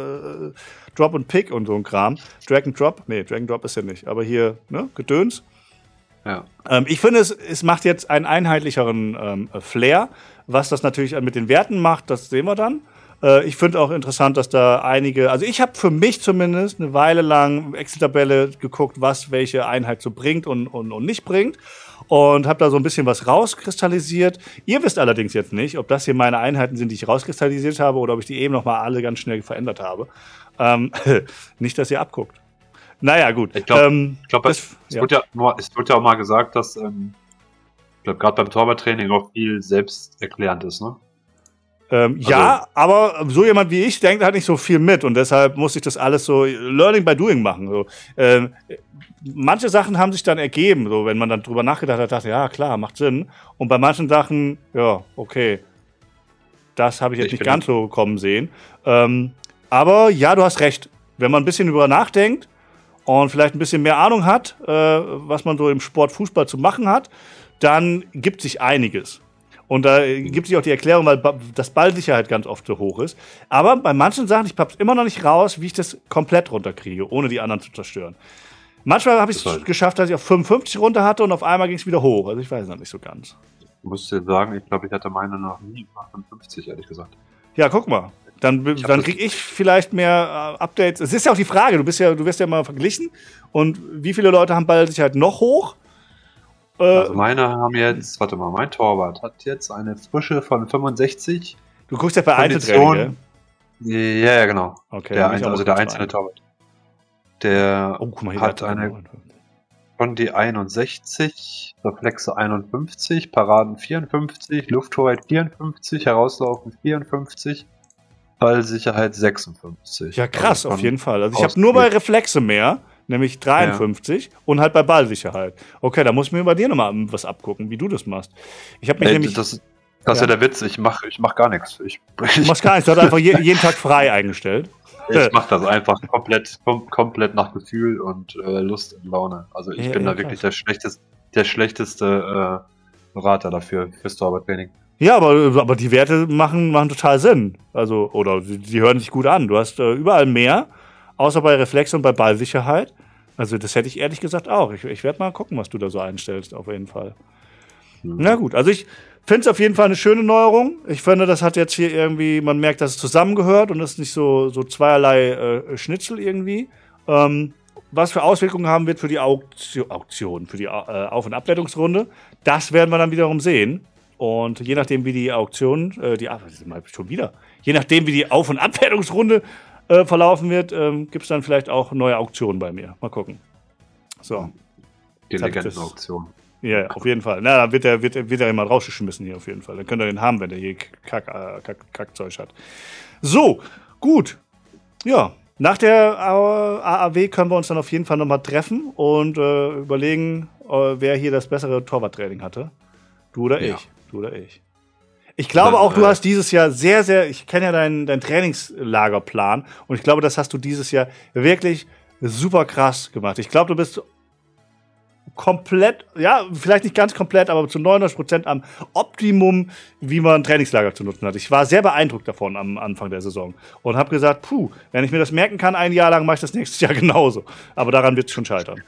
und Pick und so ein Kram. Drag and Drop ist ja nicht, aber hier, ne, Gedöns. Ja. Ich finde, es macht jetzt einen einheitlicheren Flair. Was das natürlich mit den Werten macht, das sehen wir dann. Ich finde auch interessant, dass da also ich habe für mich zumindest eine Weile lang Excel-Tabelle geguckt, was welche Einheit so bringt und nicht bringt. Und habe da so ein bisschen was rauskristallisiert. Ihr wisst allerdings jetzt nicht, ob das hier meine Einheiten sind, die ich rauskristallisiert habe oder ob ich die eben nochmal alle ganz schnell verändert habe. Nicht, dass ihr abguckt. Naja, gut. Ich glaube, es wird ja auch mal gesagt, dass ich glaube, gerade beim Torwarttraining auch viel selbsterklärend ist, ne? Ja, aber so jemand wie ich denkt halt nicht so viel mit und deshalb muss ich das alles so Learning by Doing machen. So. Manche Sachen haben sich dann ergeben, so wenn man dann drüber nachgedacht hat, dachte ja klar, macht Sinn. Und bei manchen Sachen, ja, okay, das habe ich jetzt nicht ganz so kommen sehen. Aber ja, du hast recht. Wenn man ein bisschen drüber nachdenkt und vielleicht ein bisschen mehr Ahnung hat, was man so im Sport Fußball zu machen hat, dann gibt sich einiges. Und da gibt sich auch die Erklärung, weil das Ballsicherheit ganz oft so hoch ist. Aber bei manchen Sachen, ich hab's immer noch nicht raus, wie ich das komplett runterkriege, ohne die anderen zu zerstören. Manchmal habe ich es geschafft, dass ich auf 55 runter hatte und auf einmal ging es wieder hoch. Also ich weiß noch nicht so ganz. Ich muss dir sagen, ich glaube, ich hatte meine noch nie auf 55, ehrlich gesagt. Ja, guck mal. Dann kriege ich vielleicht mehr Updates. Es ist ja auch die Frage, du wirst ja mal verglichen. Und wie viele Leute haben Ballsicherheit noch hoch? Also meine haben jetzt, mein Torwart hat jetzt eine Frische von 65. Du guckst ja bei Einzeltraining, gell? Ja, genau. Okay, der einzelne Torwart. Der hat eine Kondi 61, Reflexe 51, Paraden 54, Lufthoheit 54, Herauslaufen 54, Ballsicherheit 56. Ja, krass, auf jeden Fall. Also ich habe nur bei Reflexe mehr. Nämlich 53 und halt bei Ballsicherheit. Okay, da muss ich mir bei dir nochmal was abgucken, wie du das machst. Ich habe mich nämlich. Das ist ja der Witz, ich mach gar nichts. Du machst gar nichts, du hast einfach jeden Tag frei eingestellt. Ich mach das einfach komplett nach Gefühl und Lust und Laune. Also ich bin da wirklich der schlechteste Berater dafür, fürs Torwarttraining. Ja, aber die Werte machen total Sinn. Also, oder die hören sich gut an. Du hast überall mehr. Außer bei Reflex und bei Ballsicherheit. Also das hätte ich ehrlich gesagt auch. Ich werde mal gucken, was du da so einstellst, auf jeden Fall. Na gut, also ich finde es auf jeden Fall eine schöne Neuerung. Ich finde, das hat jetzt hier irgendwie, man merkt, dass es zusammengehört und das ist nicht so zweierlei Schnitzel irgendwie. Was für Auswirkungen haben wird für die Auktion, für die Auf- und Abwertungsrunde, das werden wir dann wiederum sehen. Und je nachdem, wie die Auktion, je nachdem, wie die Auf- und Abwertungsrunde verlaufen wird, gibt es dann vielleicht auch neue Auktionen bei mir. Mal gucken. So. Die Legendenauktion. Ja, auf jeden Fall. Na, dann wird er immer rausgeschmissen hier auf jeden Fall. Dann könnt ihr den haben, wenn der hier Kackzeug hat. So, Gut. Ja. Nach der AAW können wir uns dann auf jeden Fall nochmal treffen und überlegen, wer hier das bessere Torwarttraining hatte. Du oder ich. Du oder ich. Ich glaube auch, du hast dieses Jahr ich kenne ja deinen Trainingslagerplan und ich glaube, das hast du dieses Jahr wirklich super krass gemacht. Ich glaube, du bist komplett, ja, vielleicht nicht ganz komplett, aber zu 99% am Optimum, wie man ein Trainingslager zu nutzen hat. Ich war sehr beeindruckt davon am Anfang der Saison und habe gesagt, wenn ich mir das merken kann, ein Jahr lang, mache ich das nächstes Jahr genauso. Aber daran wird es schon scheitern.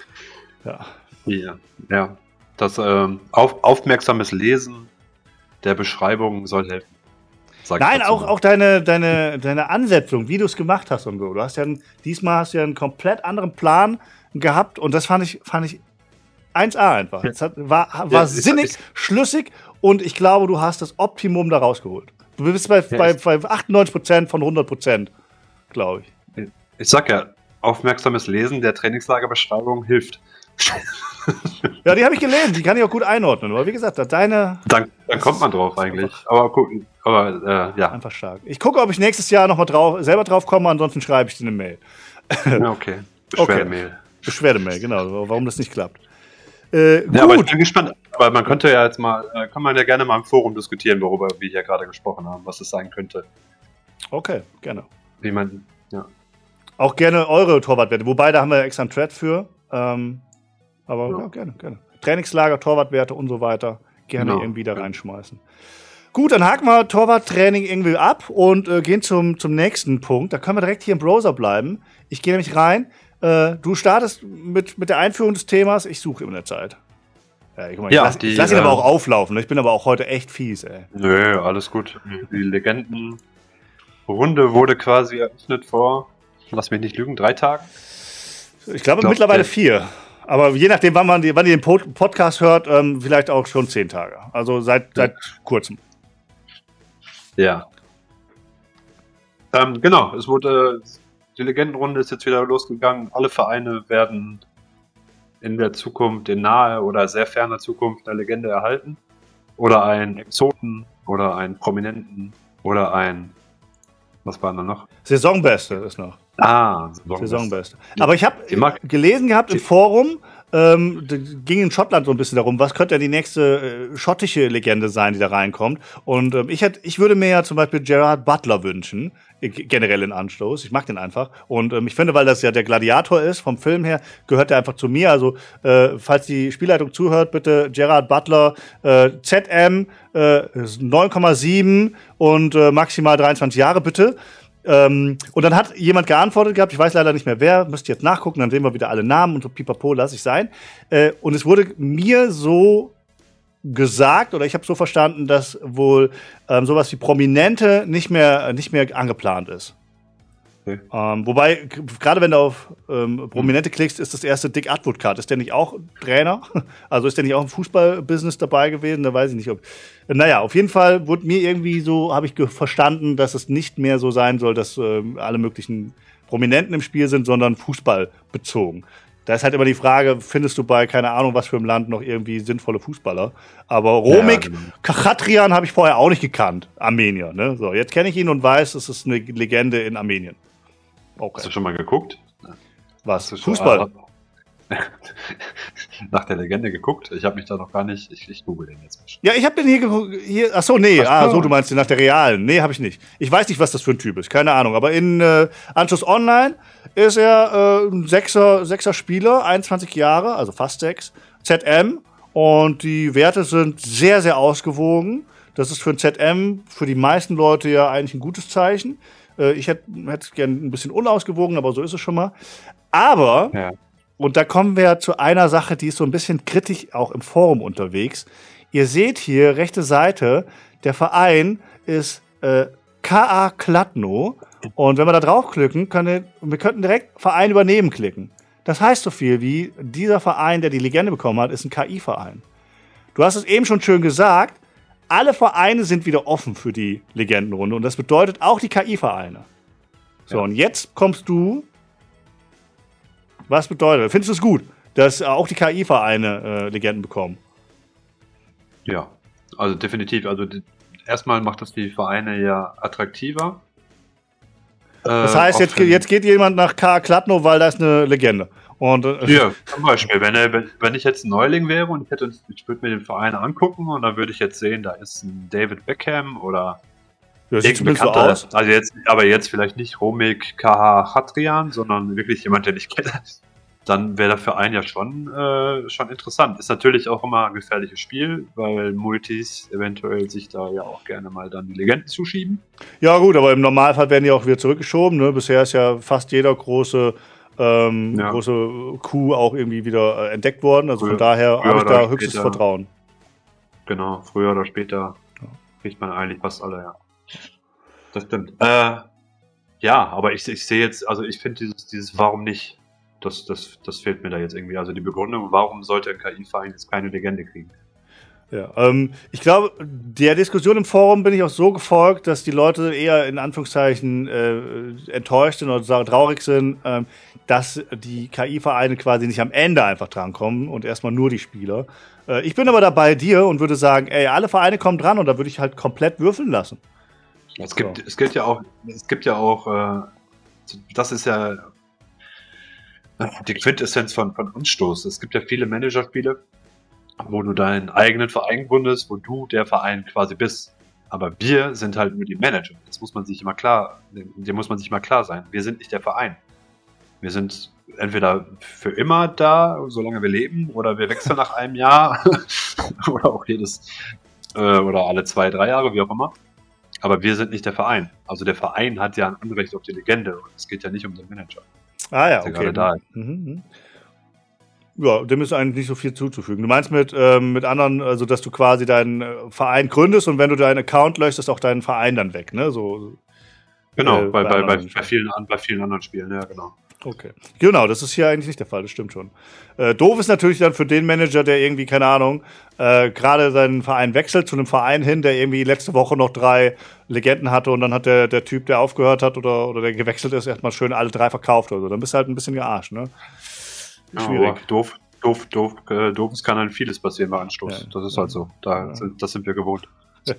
Ja. Das aufmerksames Lesen der Beschreibung soll helfen. Nein, auch deine Ansetzung, wie du es gemacht hast und so. Du hast diesmal hast du ja einen komplett anderen Plan gehabt und das fand ich 1A einfach. Es war sinnig, schlüssig und ich glaube, du hast das Optimum da rausgeholt. Du bist bei 98% von 100%, glaube ich. Ich sag ja, aufmerksames Lesen der Trainingslagerbeschreibung hilft. Ja, die habe ich gelesen, die kann ich auch gut einordnen. Aber wie gesagt, deine... Dann kommt man drauf eigentlich. Ja. Einfach stark. Ich gucke, ob ich nächstes Jahr nochmal selber drauf komme, ansonsten schreibe ich dir eine Mail. Ja, okay. Beschwerdemail, genau, warum das nicht klappt. Ja, aber ich bin gespannt. Aber man könnte ja jetzt mal, kann man ja gerne mal im Forum diskutieren, worüber wir hier gerade gesprochen haben, was es sein könnte. Okay, gerne. Auch gerne eure Torwartwerte, wobei da haben wir ja extra einen Thread für. Aber gerne. Trainingslager, Torwartwerte und so weiter, gerne irgendwie da reinschmeißen. Gut, dann haken wir Torwarttraining irgendwie ab und gehen zum nächsten Punkt. Da können wir direkt hier im Browser bleiben. Ich gehe nämlich rein. Du startest mit der Einführung des Themas. Ich suche in der Zeit. Ich lass ihn aber auch auflaufen. Ich bin aber auch heute echt fies, ey. Nö, alles gut. Die Legendenrunde wurde quasi eröffnet vor, lass mich nicht lügen, 3 Tagen? Ich glaube mittlerweile 4. Aber je nachdem, wann ihr den Podcast hört, vielleicht auch schon 10 Tage. Also seit kurzem. Ja. Genau, die Legendenrunde ist jetzt wieder losgegangen. Alle Vereine werden in der Zukunft, in naher oder sehr ferner Zukunft eine Legende erhalten. Oder einen Exoten oder einen Prominenten oder was war da noch? Saisonbeste ist noch. Saisonbeste. Aber ich habe gelesen gehabt im Forum, ging in Schottland so ein bisschen darum, was könnte ja die nächste schottische Legende sein, die da reinkommt. Und ich würde mir ja zum Beispiel Gerard Butler wünschen, generell in Anstoß. Ich mag den einfach. Und ich finde, weil das ja der Gladiator ist, vom Film her, gehört der einfach zu mir. Also, falls die Spielleitung zuhört, bitte Gerard Butler, ZM 9,7 und maximal 23 Jahre, bitte. Und dann hat jemand geantwortet gehabt, ich weiß leider nicht mehr wer, müsst ihr jetzt nachgucken, dann sehen wir wieder alle Namen und so pipapo, lasse ich sein. Und es wurde mir so gesagt, oder ich habe so verstanden, dass wohl sowas wie Prominente nicht mehr angeplant ist. Okay. Wobei, gerade wenn du auf Prominente klickst, ist das erste Dick Advocat. Ist der nicht auch Trainer? Also ist der nicht auch im Fußballbusiness dabei gewesen? Da weiß ich nicht, ob. Naja, auf jeden Fall wurde mir irgendwie so, habe ich verstanden, dass es nicht mehr so sein soll, dass alle möglichen Prominenten im Spiel sind, sondern fußballbezogen. Da ist halt immer die Frage, findest du bei, keine Ahnung, was für einem Land noch irgendwie sinnvolle Fußballer? Aber Romik Kachatrian habe ich vorher auch nicht gekannt. Armenier, ne? So, jetzt kenne ich ihn und weiß, es ist eine Legende in Armenien. Okay. Hast du schon mal geguckt? Was? Fußball? Nach der Legende geguckt? Ich habe mich da noch gar nicht. Ich google den jetzt mal. Ja, ich habe den hier geguckt. Achso, nee. So, du meinst den nach der realen. Nee, habe ich nicht. Ich weiß nicht, was das für ein Typ ist. Keine Ahnung. Aber in Anschluss Online ist er ein Sechser Spieler, 21 Jahre, also fast 6. ZM. Und die Werte sind sehr, sehr ausgewogen. Das ist für ein ZM für die meisten Leute ja eigentlich ein gutes Zeichen. Ich hätte es gerne ein bisschen unausgewogen, aber so ist es schon mal. Aber, und da kommen wir zu einer Sache, die ist so ein bisschen kritisch auch im Forum unterwegs. Ihr seht hier, rechte Seite, der Verein ist KA Kladno. Und wenn wir da draufklicken, wir könnten direkt Verein übernehmen klicken. Das heißt so viel wie, dieser Verein, der die Legende bekommen hat, ist ein KI-Verein. Du hast es eben schon schön gesagt, alle Vereine sind wieder offen für die Legendenrunde und das bedeutet auch die KI-Vereine. So, und jetzt kommst du. Was bedeutet das? Findest du es gut, dass auch die KI-Vereine Legenden bekommen? Ja, also definitiv. Also erstmal macht das die Vereine ja attraktiver. Das heißt, jetzt geht jemand nach K. Kladno, weil da ist eine Legende. Und, ja, zum Beispiel, wenn ich jetzt ein Neuling wäre und ich würde mir den Verein angucken und dann würde ich jetzt sehen, da ist ein David Beckham oder irgendein Bekannter. So also jetzt vielleicht nicht Romik Khatrian, sondern wirklich jemand, den ich kenne. Dann wäre der Verein ja schon interessant. Ist natürlich auch immer ein gefährliches Spiel, weil Multis eventuell sich da ja auch gerne mal dann die Legenden zuschieben. Ja gut, aber im Normalfall werden die auch wieder zurückgeschoben. Ne? Bisher ist ja fast jeder große Coup auch irgendwie wieder entdeckt worden. Also von daher habe ich da höchstes Vertrauen. Genau, früher oder später kriegt man eigentlich fast alle, ja. Das stimmt. Ja, aber ich sehe jetzt, also ich finde dieses Warum nicht, das fehlt mir da jetzt irgendwie. Also die Begründung, warum sollte ein KI-Verein jetzt keine Legende kriegen? Ja, ich glaube, der Diskussion im Forum bin ich auch so gefolgt, dass die Leute eher in Anführungszeichen enttäuscht sind oder traurig sind, dass die KI-Vereine quasi nicht am Ende einfach drankommen und erstmal nur die Spieler. Ich bin aber da bei dir und würde sagen, ey, alle Vereine kommen dran und da würde ich halt komplett würfeln lassen. Es gibt ja auch, das ist ja die Quintessenz von Anstoß. Es gibt ja viele Managerspiele, wo du deinen eigenen Verein gründest, wo du der Verein quasi bist. Aber wir sind halt nur die Manager. Dem muss man sich mal klar sein. Wir sind nicht der Verein. Wir sind entweder für immer da, solange wir leben, oder wir wechseln nach einem Jahr oder auch oder alle 2-3 Jahre, wie auch immer. Aber wir sind nicht der Verein. Also der Verein hat ja ein Anrecht auf die Legende und es geht ja nicht um den Manager. Ah ja, okay. Da. Ja, dem ist eigentlich nicht so viel zuzufügen. Du meinst mit anderen, also dass du quasi deinen Verein gründest und wenn du deinen Account löscht, ist auch dein Verein dann weg, ne? So. Genau, bei vielen anderen Spielen, ja, genau. Okay. Genau, das ist hier eigentlich nicht der Fall, das stimmt schon. Doof ist natürlich dann für den Manager, der irgendwie, keine Ahnung, gerade seinen Verein wechselt zu einem Verein hin, der irgendwie letzte Woche noch 3 Legenden hatte und dann hat der Typ, der aufgehört hat oder der gewechselt ist, erstmal schön alle 3 verkauft oder so. Dann bist du halt ein bisschen gearscht, ne? Schwierig. Ja, doof, es kann halt vieles passieren bei Anstoß. Ja. Das ist halt so. Das sind wir gewohnt.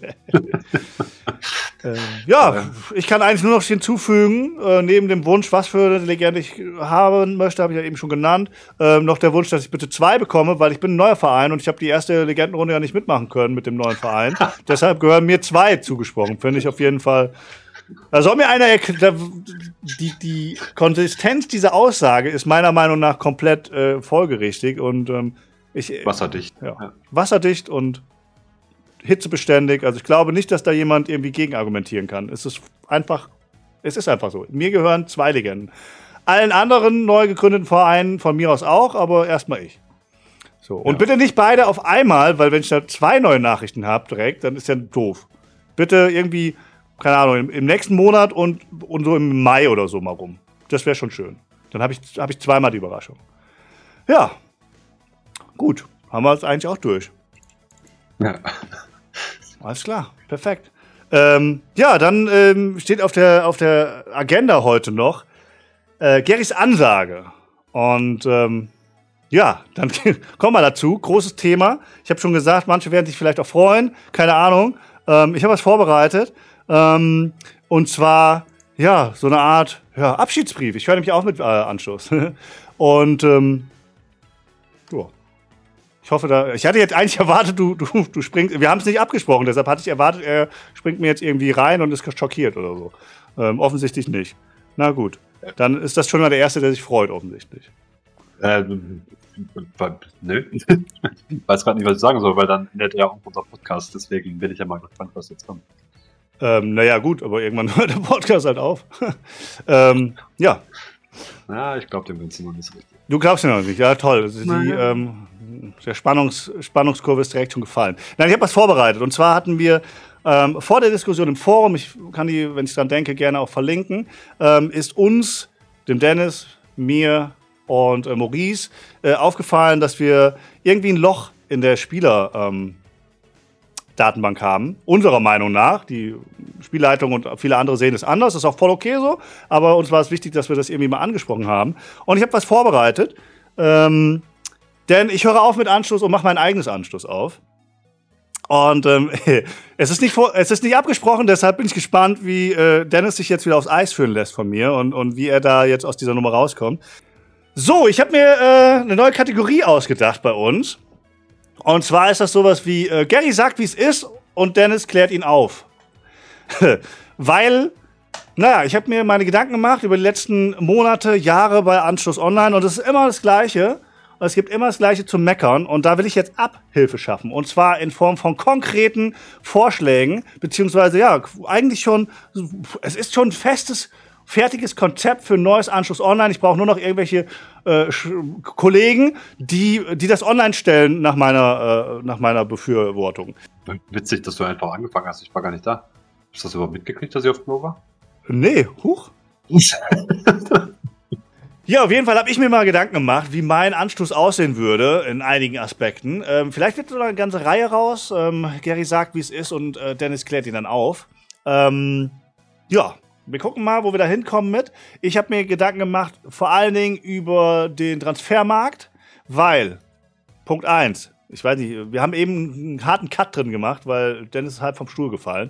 Ich kann eigentlich nur noch hinzufügen, neben dem Wunsch, was für eine Legende ich haben möchte, habe ich ja eben schon genannt, noch der Wunsch, dass ich bitte 2 bekomme, weil ich bin ein neuer Verein und ich habe die erste Legendenrunde ja nicht mitmachen können mit dem neuen Verein. Deshalb gehören mir 2 zugesprochen, finde ich auf jeden Fall. Da soll mir einer die Konsistenz dieser Aussage ist meiner Meinung nach komplett folgerichtig und wasserdicht. Ja. Wasserdicht und hitzebeständig. Also ich glaube nicht, dass da jemand irgendwie gegen argumentieren kann. Es ist einfach so. Mir gehören 2 Legenden. Allen anderen neu gegründeten Vereinen von mir aus auch, aber erstmal ich. So. Und bitte nicht beide auf einmal, weil wenn ich da 2 neue Nachrichten habe direkt, dann ist ja doof. Bitte irgendwie, keine Ahnung, im nächsten Monat und so im Mai oder so mal rum. Das wäre schon schön. Dann habe ich 2-mal die Überraschung. Ja. Gut. Haben wir es eigentlich auch durch. Ja. Alles klar, perfekt. Dann steht auf der Agenda heute noch Gerrys Ansage. Und dann kommen wir dazu. Großes Thema. Ich habe schon gesagt, manche werden sich vielleicht auch freuen. Keine Ahnung. Ich habe was vorbereitet. Und zwar, so eine Art Abschiedsbrief. Ich höre nämlich auch mit Anschluss. Und ich hoffe, ich hatte jetzt eigentlich erwartet, du springst, wir haben es nicht abgesprochen, deshalb hatte ich erwartet, er springt mir jetzt irgendwie rein und ist schockiert oder so. Offensichtlich nicht. Na gut, dann ist das schon mal der Erste, der sich freut, offensichtlich. Nö. Ich weiß gerade nicht, was ich sagen soll, weil dann endet ja auch unser Podcast, deswegen bin ich ja mal gespannt, was jetzt kommt. Gut, aber irgendwann hört der Podcast halt auf. Ja, ich glaube dem Ganzen noch nicht so richtig. Du glaubst ja noch nicht, ja toll. Das ist der Spannungskurve ist direkt schon gefallen. Nein, ich habe was vorbereitet. Und zwar hatten wir vor der Diskussion im Forum, ich kann die, wenn ich dran denke, gerne auch verlinken, ist uns, dem Dennis, mir und Maurice aufgefallen, dass wir irgendwie ein Loch in der Spieler-Datenbank haben. Unserer Meinung nach. Die Spielleitung und viele andere sehen es anders. Das ist auch voll okay so. Aber uns war es wichtig, dass wir das irgendwie mal angesprochen haben. Und ich habe was vorbereitet. Denn ich höre auf mit Anschluss und mache mein eigenes Anschluss auf. Und es ist nicht abgesprochen, deshalb bin ich gespannt, wie Dennis sich jetzt wieder aufs Eis führen lässt von mir und wie er da jetzt aus dieser Nummer rauskommt. So, ich habe mir eine neue Kategorie ausgedacht bei uns. Und zwar ist das sowas wie Gary sagt, wie es ist und Dennis klärt ihn auf. Weil, naja, ich habe mir meine Gedanken gemacht über die letzten Monate, Jahre bei Anschluss Online und es ist immer das Gleiche. Es gibt immer das Gleiche zu meckern und da will ich jetzt Abhilfe schaffen. Und zwar in Form von konkreten Vorschlägen, beziehungsweise ja, eigentlich schon, es ist schon ein fertiges Konzept für ein neues Anschluss Online. Ich brauche nur noch irgendwelche Kollegen, die das online stellen nach meiner Befürwortung. Witzig, dass du einfach angefangen hast. Ich war gar nicht da. Hast du das überhaupt mitgekriegt, dass ich auf Klo war? Nee, huch. Ja, auf jeden Fall habe ich mir mal Gedanken gemacht, wie mein Anschluss aussehen würde in einigen Aspekten. Vielleicht wird so eine ganze Reihe raus. Gary sagt, wie es ist und Dennis klärt ihn dann auf. Ja, wir gucken mal, wo wir da hinkommen mit. Ich habe mir Gedanken gemacht, vor allen Dingen über den Transfermarkt, weil, Punkt 1, ich weiß nicht, wir haben eben einen harten Cut drin gemacht, weil Dennis ist halb vom Stuhl gefallen.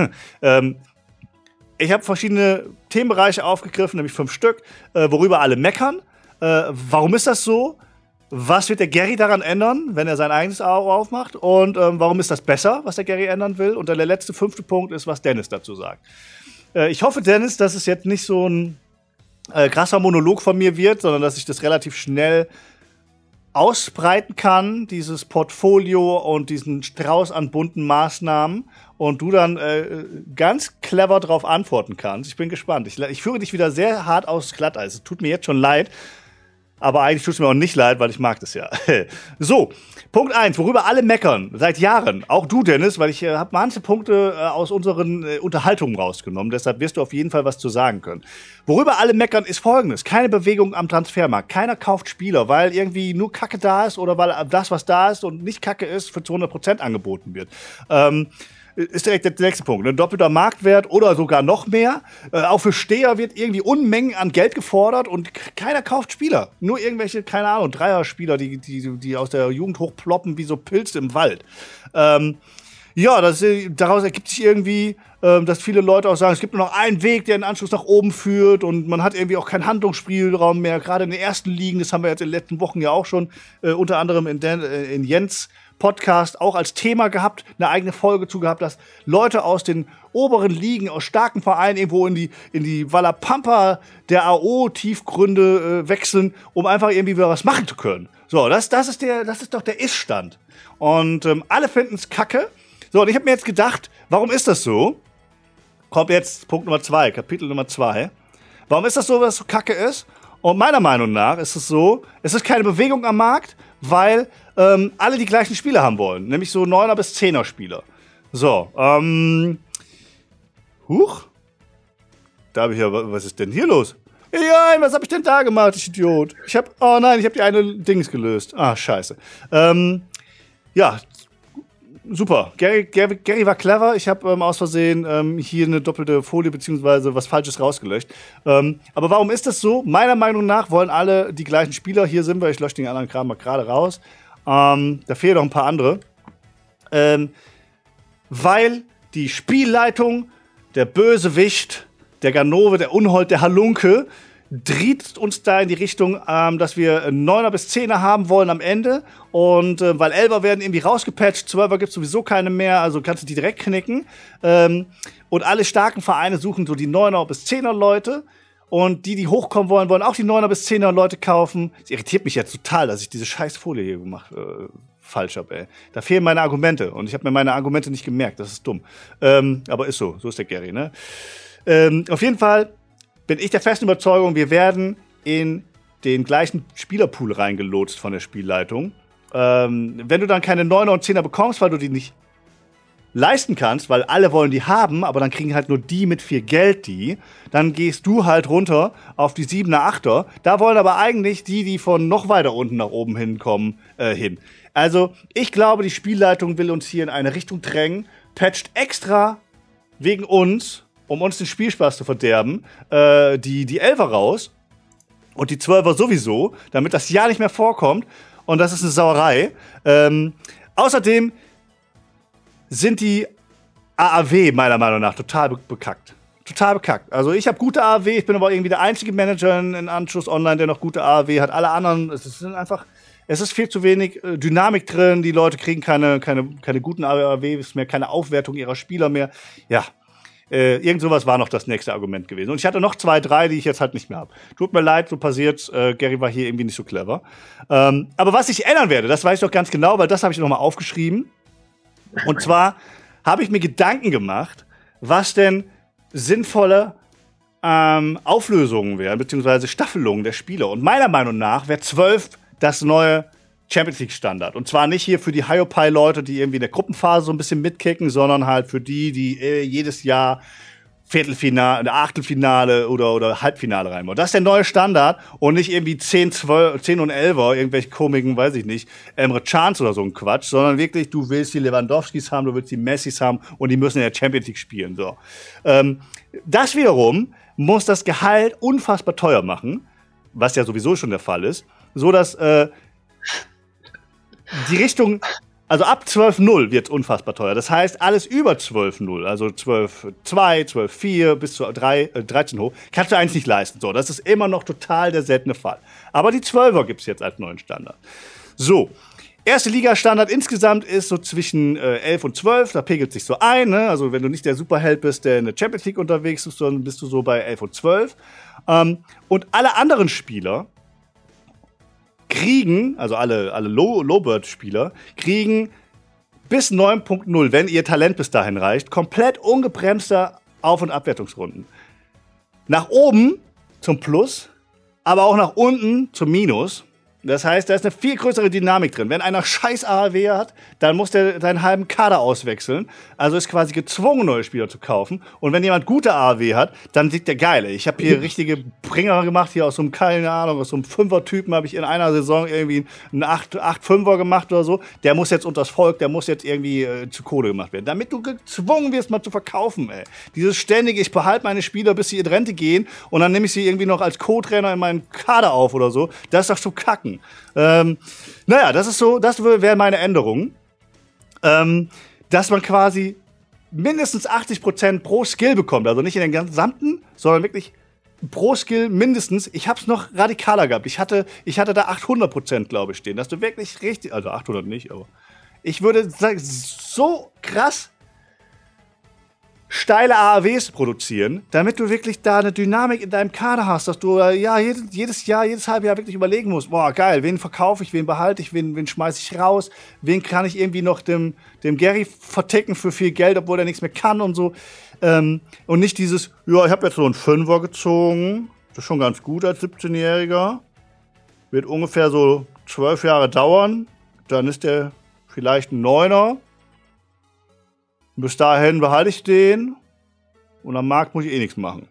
Ich habe verschiedene Themenbereiche aufgegriffen, nämlich 5 Stück, worüber alle meckern. Warum ist das so? Was wird der Gary daran ändern, wenn er sein eigenes Auge aufmacht? Und warum ist das besser, was der Gary ändern will? Und dann der letzte 5. Punkt ist, was Dennis dazu sagt. Ich hoffe, Dennis, dass es jetzt nicht so ein krasser Monolog von mir wird, sondern dass ich das relativ schnell ausbreiten kann, dieses Portfolio und diesen Strauß an bunten Maßnahmen und du dann ganz clever drauf antworten kannst. Ich bin gespannt. Ich führe dich wieder sehr hart aufs Glatteis. Es tut mir jetzt schon leid, aber eigentlich tut es mir auch nicht leid, weil ich mag das ja. So, Punkt 1, worüber alle meckern, seit Jahren. Auch du, Dennis, weil ich habe manche Punkte aus unseren Unterhaltungen rausgenommen. Deshalb wirst du auf jeden Fall was zu sagen können. Worüber alle meckern, ist Folgendes. Keine Bewegung am Transfermarkt. Keiner kauft Spieler, weil irgendwie nur Kacke da ist oder weil das, was da ist und nicht Kacke ist, für 200% angeboten wird. Ist direkt der nächste Punkt. Ein doppelter Marktwert oder sogar noch mehr. Auch für Steher wird irgendwie Unmengen an Geld gefordert und keiner kauft Spieler. Nur irgendwelche, keine Ahnung, Dreier-Spieler, die aus der Jugend hochploppen wie so Pilze im Wald. Ja, daraus ergibt sich irgendwie, dass viele Leute auch sagen, es gibt nur noch einen Weg, der den Anschluss nach oben führt und man hat irgendwie auch keinen Handlungsspielraum mehr. Gerade in den ersten Ligen, das haben wir jetzt in den letzten Wochen ja auch schon unter anderem in Jens Podcast auch als Thema gehabt, eine eigene Folge zu gehabt, dass Leute aus den oberen Ligen, aus starken Vereinen irgendwo in die Wallapampa der AO-Tiefgründe wechseln, um einfach irgendwie wieder was machen zu können. So, das ist doch der Ist-Stand. Und alle finden es kacke. So, und ich habe mir jetzt gedacht, warum ist das so? Kommt jetzt Punkt Nummer 2, Kapitel Nummer 2. Warum ist das so, dass es so kacke ist? Und meiner Meinung nach ist es so, es ist keine Bewegung am Markt, weil alle die gleichen Spieler haben wollen. Nämlich so 9er bis 10er Spieler. So, huch. Da habe ich ja, was ist denn hier los? Ja, was habe ich denn da gemacht, ich Idiot? Ich habe die eine Dings gelöst. Ah, scheiße. Ja, super. Gary war clever. Ich habe aus Versehen hier eine doppelte Folie beziehungsweise was Falsches rausgelöscht. Aber warum ist das so? Meiner Meinung nach wollen alle die gleichen Spieler. Hier sind wir. Ich lösche den anderen Kram mal gerade raus. Da fehlen noch ein paar andere. Weil die Spielleitung, der Bösewicht, der Ganove, der Unhold, der Halunke dreht uns da in die Richtung, dass wir 9er bis 10er haben wollen am Ende. Und weil 11er werden irgendwie rausgepatcht, 12er gibt es sowieso keine mehr, also kannst du die direkt knicken. Und alle starken Vereine suchen so die 9er bis 10er Leute. Und die hochkommen wollen, wollen auch die 9er bis 10er Leute kaufen. Es irritiert mich jetzt total, dass ich diese scheiß Folie hier falsch habe, ey. Da fehlen meine Argumente. Und ich habe mir meine Argumente nicht gemerkt. Das ist dumm. Aber ist so. So ist der Gary, ne? Auf jeden Fall bin ich der festen Überzeugung, wir werden in den gleichen Spielerpool reingelotst von der Spielleitung. Wenn du dann keine 9er und 10er bekommst, weil du die nicht leisten kannst, weil alle wollen die haben, aber dann kriegen halt nur die mit viel Geld die, dann gehst du halt runter auf die 7er, 8er. Da wollen aber eigentlich die von noch weiter unten nach oben hinkommen, hin. Also, ich glaube, die Spielleitung will uns hier in eine Richtung drängen, patcht extra wegen uns, um uns den Spielspaß zu verderben, die 11er raus und die 12er sowieso, damit das ja nicht mehr vorkommt. Und das ist eine Sauerei. Außerdem sind die AAW meiner Meinung nach total bekackt. Total bekackt. Also ich habe gute AAW, ich bin aber irgendwie der einzige Manager in Anschluss Online, der noch gute AAW hat. Alle anderen, es ist viel zu wenig Dynamik drin, die Leute kriegen keine guten AAWs mehr, keine Aufwertung ihrer Spieler mehr. Ja, irgend sowas war noch das nächste Argument gewesen. Und ich hatte noch 2, 3, die ich jetzt halt nicht mehr habe. Tut mir leid, so passiert's. Gary war hier irgendwie nicht so clever. Aber was ich ändern werde, das weiß ich doch ganz genau, weil das habe ich noch mal aufgeschrieben. Und zwar habe ich mir Gedanken gemacht, was denn sinnvolle Auflösungen wären, beziehungsweise Staffelungen der Spiele. Und meiner Meinung nach wäre 12 das neue Champions League Standard. Und zwar nicht hier für die Hyopai-Leute, die irgendwie in der Gruppenphase so ein bisschen mitkicken, sondern halt für die jedes Jahr Viertelfinale, Achtelfinale oder Halbfinale rein wollen. Das ist der neue Standard und nicht irgendwie 10 und 11er, irgendwelche komischen, weiß ich nicht, Emre Cans oder so ein Quatsch, sondern wirklich, du willst die Lewandowskis haben, du willst die Messis haben und die müssen in der Champions League spielen. So. Das wiederum muss das Gehalt unfassbar teuer machen, was ja sowieso schon der Fall ist, so dass die Richtung, also ab 12.0 wird unfassbar teuer. Das heißt, alles über 12.0, also 12.2, 12.4 bis zu 13 hoch, kannst du eigentlich nicht leisten. So, das ist immer noch total der seltene Fall. Aber die 12er gibt's jetzt als neuen Standard. So, erste Liga-Standard insgesamt ist so zwischen 11 und 12, da pegelt sich so ein. Ne? Also wenn du nicht der Superheld bist, der in der Champions League unterwegs ist, dann bist du so bei 11 und 12. Und alle anderen Spieler kriegen, also alle Low-Bird-Spieler, kriegen bis 9.0, wenn ihr Talent bis dahin reicht, komplett ungebremster Auf- und Abwertungsrunden. Nach oben zum Plus, aber auch nach unten zum Minus. Das heißt, da ist eine viel größere Dynamik drin. Wenn einer scheiß AAW hat, dann muss der seinen halben Kader auswechseln. Also ist quasi gezwungen, neue Spieler zu kaufen. Und wenn jemand gute AAW hat, dann sieht der geile. Ich habe hier richtige Bringer gemacht, hier aus so einem, keine Ahnung, aus so einem 5er-Typen habe ich in einer Saison irgendwie einen 8-5er gemacht oder so. Der muss jetzt unters Volk, der muss jetzt irgendwie zu Kohle gemacht werden. Damit du gezwungen wirst, mal zu verkaufen, ey. Dieses ständige, ich behalte meine Spieler, bis sie in Rente gehen und dann nehme ich sie irgendwie noch als Co-Trainer in meinen Kader auf oder so. Das ist doch so kacken. Naja, das wäre meine Änderung. Dass man quasi mindestens 80% pro Skill bekommt. Also nicht in den gesamten, sondern wirklich pro Skill mindestens. Ich hab's noch radikaler gehabt. Ich hatte da 800%, glaube ich, stehen. Dass du wirklich richtig, also 800 nicht, aber ich würde sagen, so krass steile AAWs produzieren, damit du wirklich da eine Dynamik in deinem Kader hast, dass du jedes halbe Jahr wirklich überlegen musst, boah, geil, wen verkaufe ich, wen behalte ich, wen schmeiße ich raus, wen kann ich irgendwie noch dem Gary verticken für viel Geld, obwohl er nichts mehr kann und so. Und nicht dieses, ja, ich habe jetzt so einen Fünfer gezogen, das ist schon ganz gut als 17-Jähriger, wird ungefähr so 12 Jahre dauern, dann ist der vielleicht ein Neuner. Bis dahin behalte ich den und am Markt muss ich eh nichts machen.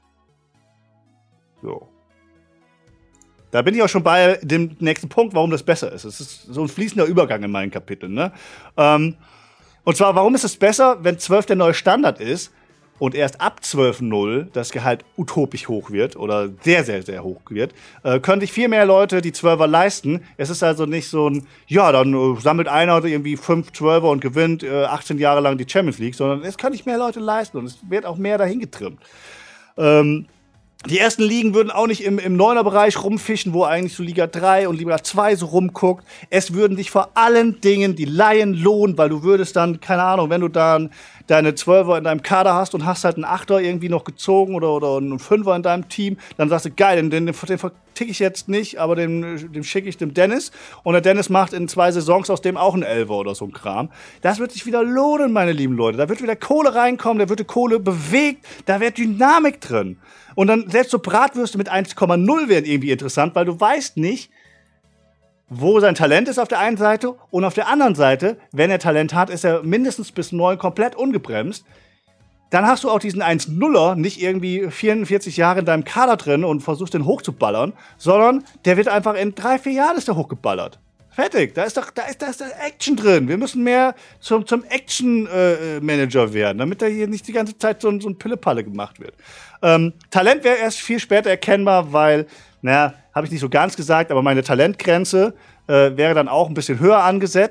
So. Da bin ich auch schon bei dem nächsten Punkt, warum das besser ist. Es ist so ein fließender Übergang in meinen Kapiteln. Ne? Und zwar, warum ist es besser, wenn 12 der neue Standard ist und erst ab 12.0 das Gehalt utopisch hoch wird oder sehr, sehr, sehr hoch wird, können sich viel mehr Leute die 12er leisten. Es ist also nicht so ein, ja, dann sammelt einer irgendwie 5 12er und gewinnt 18 Jahre lang die Champions League, sondern es können sich mehr Leute leisten und es wird auch mehr dahin getrimmt. Die ersten Ligen würden auch nicht im 9er-Bereich rumfischen, wo eigentlich so Liga 3 und Liga 2 so rumguckt. Es würden dich vor allen Dingen die Laien lohnen, weil du würdest dann, keine Ahnung, wenn du dann deine 12er in deinem Kader hast und hast halt einen 8er irgendwie noch gezogen oder einen 5er in deinem Team, dann sagst du, geil, den verticke ich jetzt nicht, aber den schicke ich dem Dennis und der Dennis macht in 2 Saisons aus dem auch einen 11er oder so ein Kram. Das wird sich wieder lohnen, meine lieben Leute. Da wird wieder Kohle reinkommen, da wird die Kohle bewegt, da wird Dynamik drin. Und dann selbst so Bratwürste mit 1,0 wären irgendwie interessant, weil du weißt nicht, wo sein Talent ist auf der einen Seite und auf der anderen Seite, wenn er Talent hat, ist er mindestens bis 9 komplett ungebremst. Dann hast du auch diesen 1-0er nicht irgendwie 44 Jahre in deinem Kader drin und versuchst den hochzuballern, sondern der wird einfach in 3-4 Jahren ist der hochgeballert. Fertig, da ist Action drin. Wir müssen mehr zum Action-Manager werden, damit da hier nicht die ganze Zeit so ein Pillepalle gemacht wird. Talent wäre erst viel später erkennbar, weil, naja, habe ich nicht so ganz gesagt, aber meine Talentgrenze wäre dann auch ein bisschen höher angesetzt,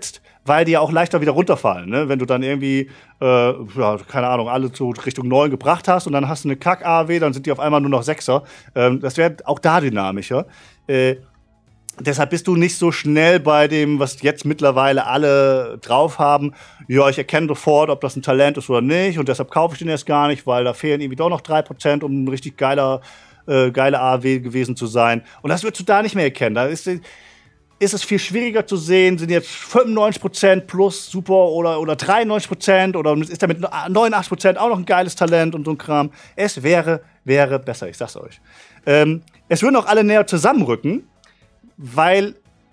weil die ja auch leichter wieder runterfallen, ne? Wenn du dann irgendwie, keine Ahnung, alle zu Richtung 9 gebracht hast und dann hast du eine Kack-AW, dann sind die auf einmal nur noch 6er. Das wäre auch da dynamischer. Deshalb bist du nicht so schnell bei dem, was jetzt mittlerweile alle drauf haben. Ja, ich erkenne sofort, ob das ein Talent ist oder nicht. Und deshalb kaufe ich den erst gar nicht, weil da fehlen irgendwie doch noch 3%, um ein richtig geile AAW gewesen zu sein. Und das würdest du da nicht mehr erkennen. Da ist es viel schwieriger zu sehen, sind jetzt 95% plus super oder 93% oder ist da mit 89% auch noch ein geiles Talent und so ein Kram. Es wäre besser, ich sag's euch. Es würden auch alle näher zusammenrücken, weil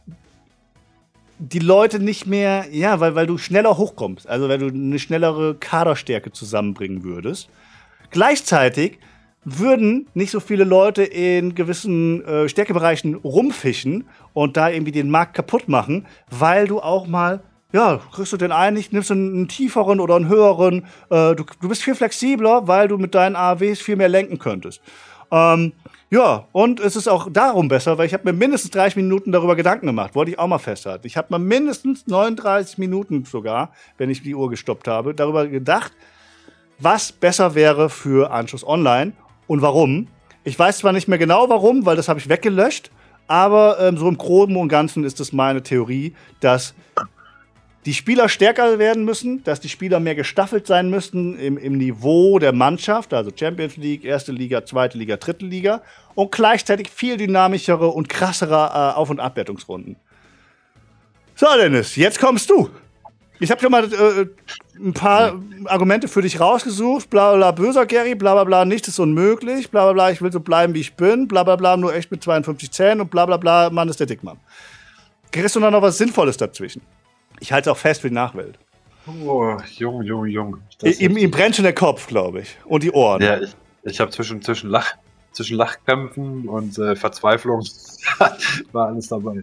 die Leute nicht mehr, ja, weil du schneller hochkommst, also weil du eine schnellere Kaderstärke zusammenbringen würdest. Gleichzeitig würden nicht so viele Leute in gewissen Stärkebereichen rumfischen und da irgendwie den Markt kaputt machen, weil du auch mal, ja, kriegst du den einen nicht, nimmst du einen tieferen oder einen höheren, du bist viel flexibler, weil du mit deinen AAWs viel mehr lenken könntest. Ja, und es ist auch darum besser, weil ich habe mir mindestens 30 Minuten darüber Gedanken gemacht. Wollte ich auch mal festhalten. Ich habe mal mindestens 39 Minuten sogar, wenn ich die Uhr gestoppt habe, darüber gedacht, was besser wäre für Anschluss Online und warum. Ich weiß zwar nicht mehr genau warum, weil das habe ich weggelöscht, aber so im Groben und Ganzen ist es meine Theorie, dass die Spieler stärker werden müssen, dass die Spieler mehr gestaffelt sein müssten im Niveau der Mannschaft, also Champions League, erste Liga, zweite Liga, dritte Liga und gleichzeitig viel dynamischere und krassere Auf- und Abwertungsrunden. So, Dennis, jetzt kommst du. Ich habe schon mal ein paar Argumente für dich rausgesucht. Bla bla bla, böser Gary, bla bla bla, nichts ist unmöglich, bla bla bla, ich will so bleiben, wie ich bin, bla bla bla, nur echt mit 52 Zähnen und bla bla bla, Mann ist der Dickmann. Kriegst du noch was Sinnvolles dazwischen? Ich halte es auch fest für die Nachwelt. Oh, jung. Ihm brennt schon der Kopf, glaube ich. Und die Ohren. Ja, ich habe zwischen Lachkämpfen und Verzweiflung war alles dabei.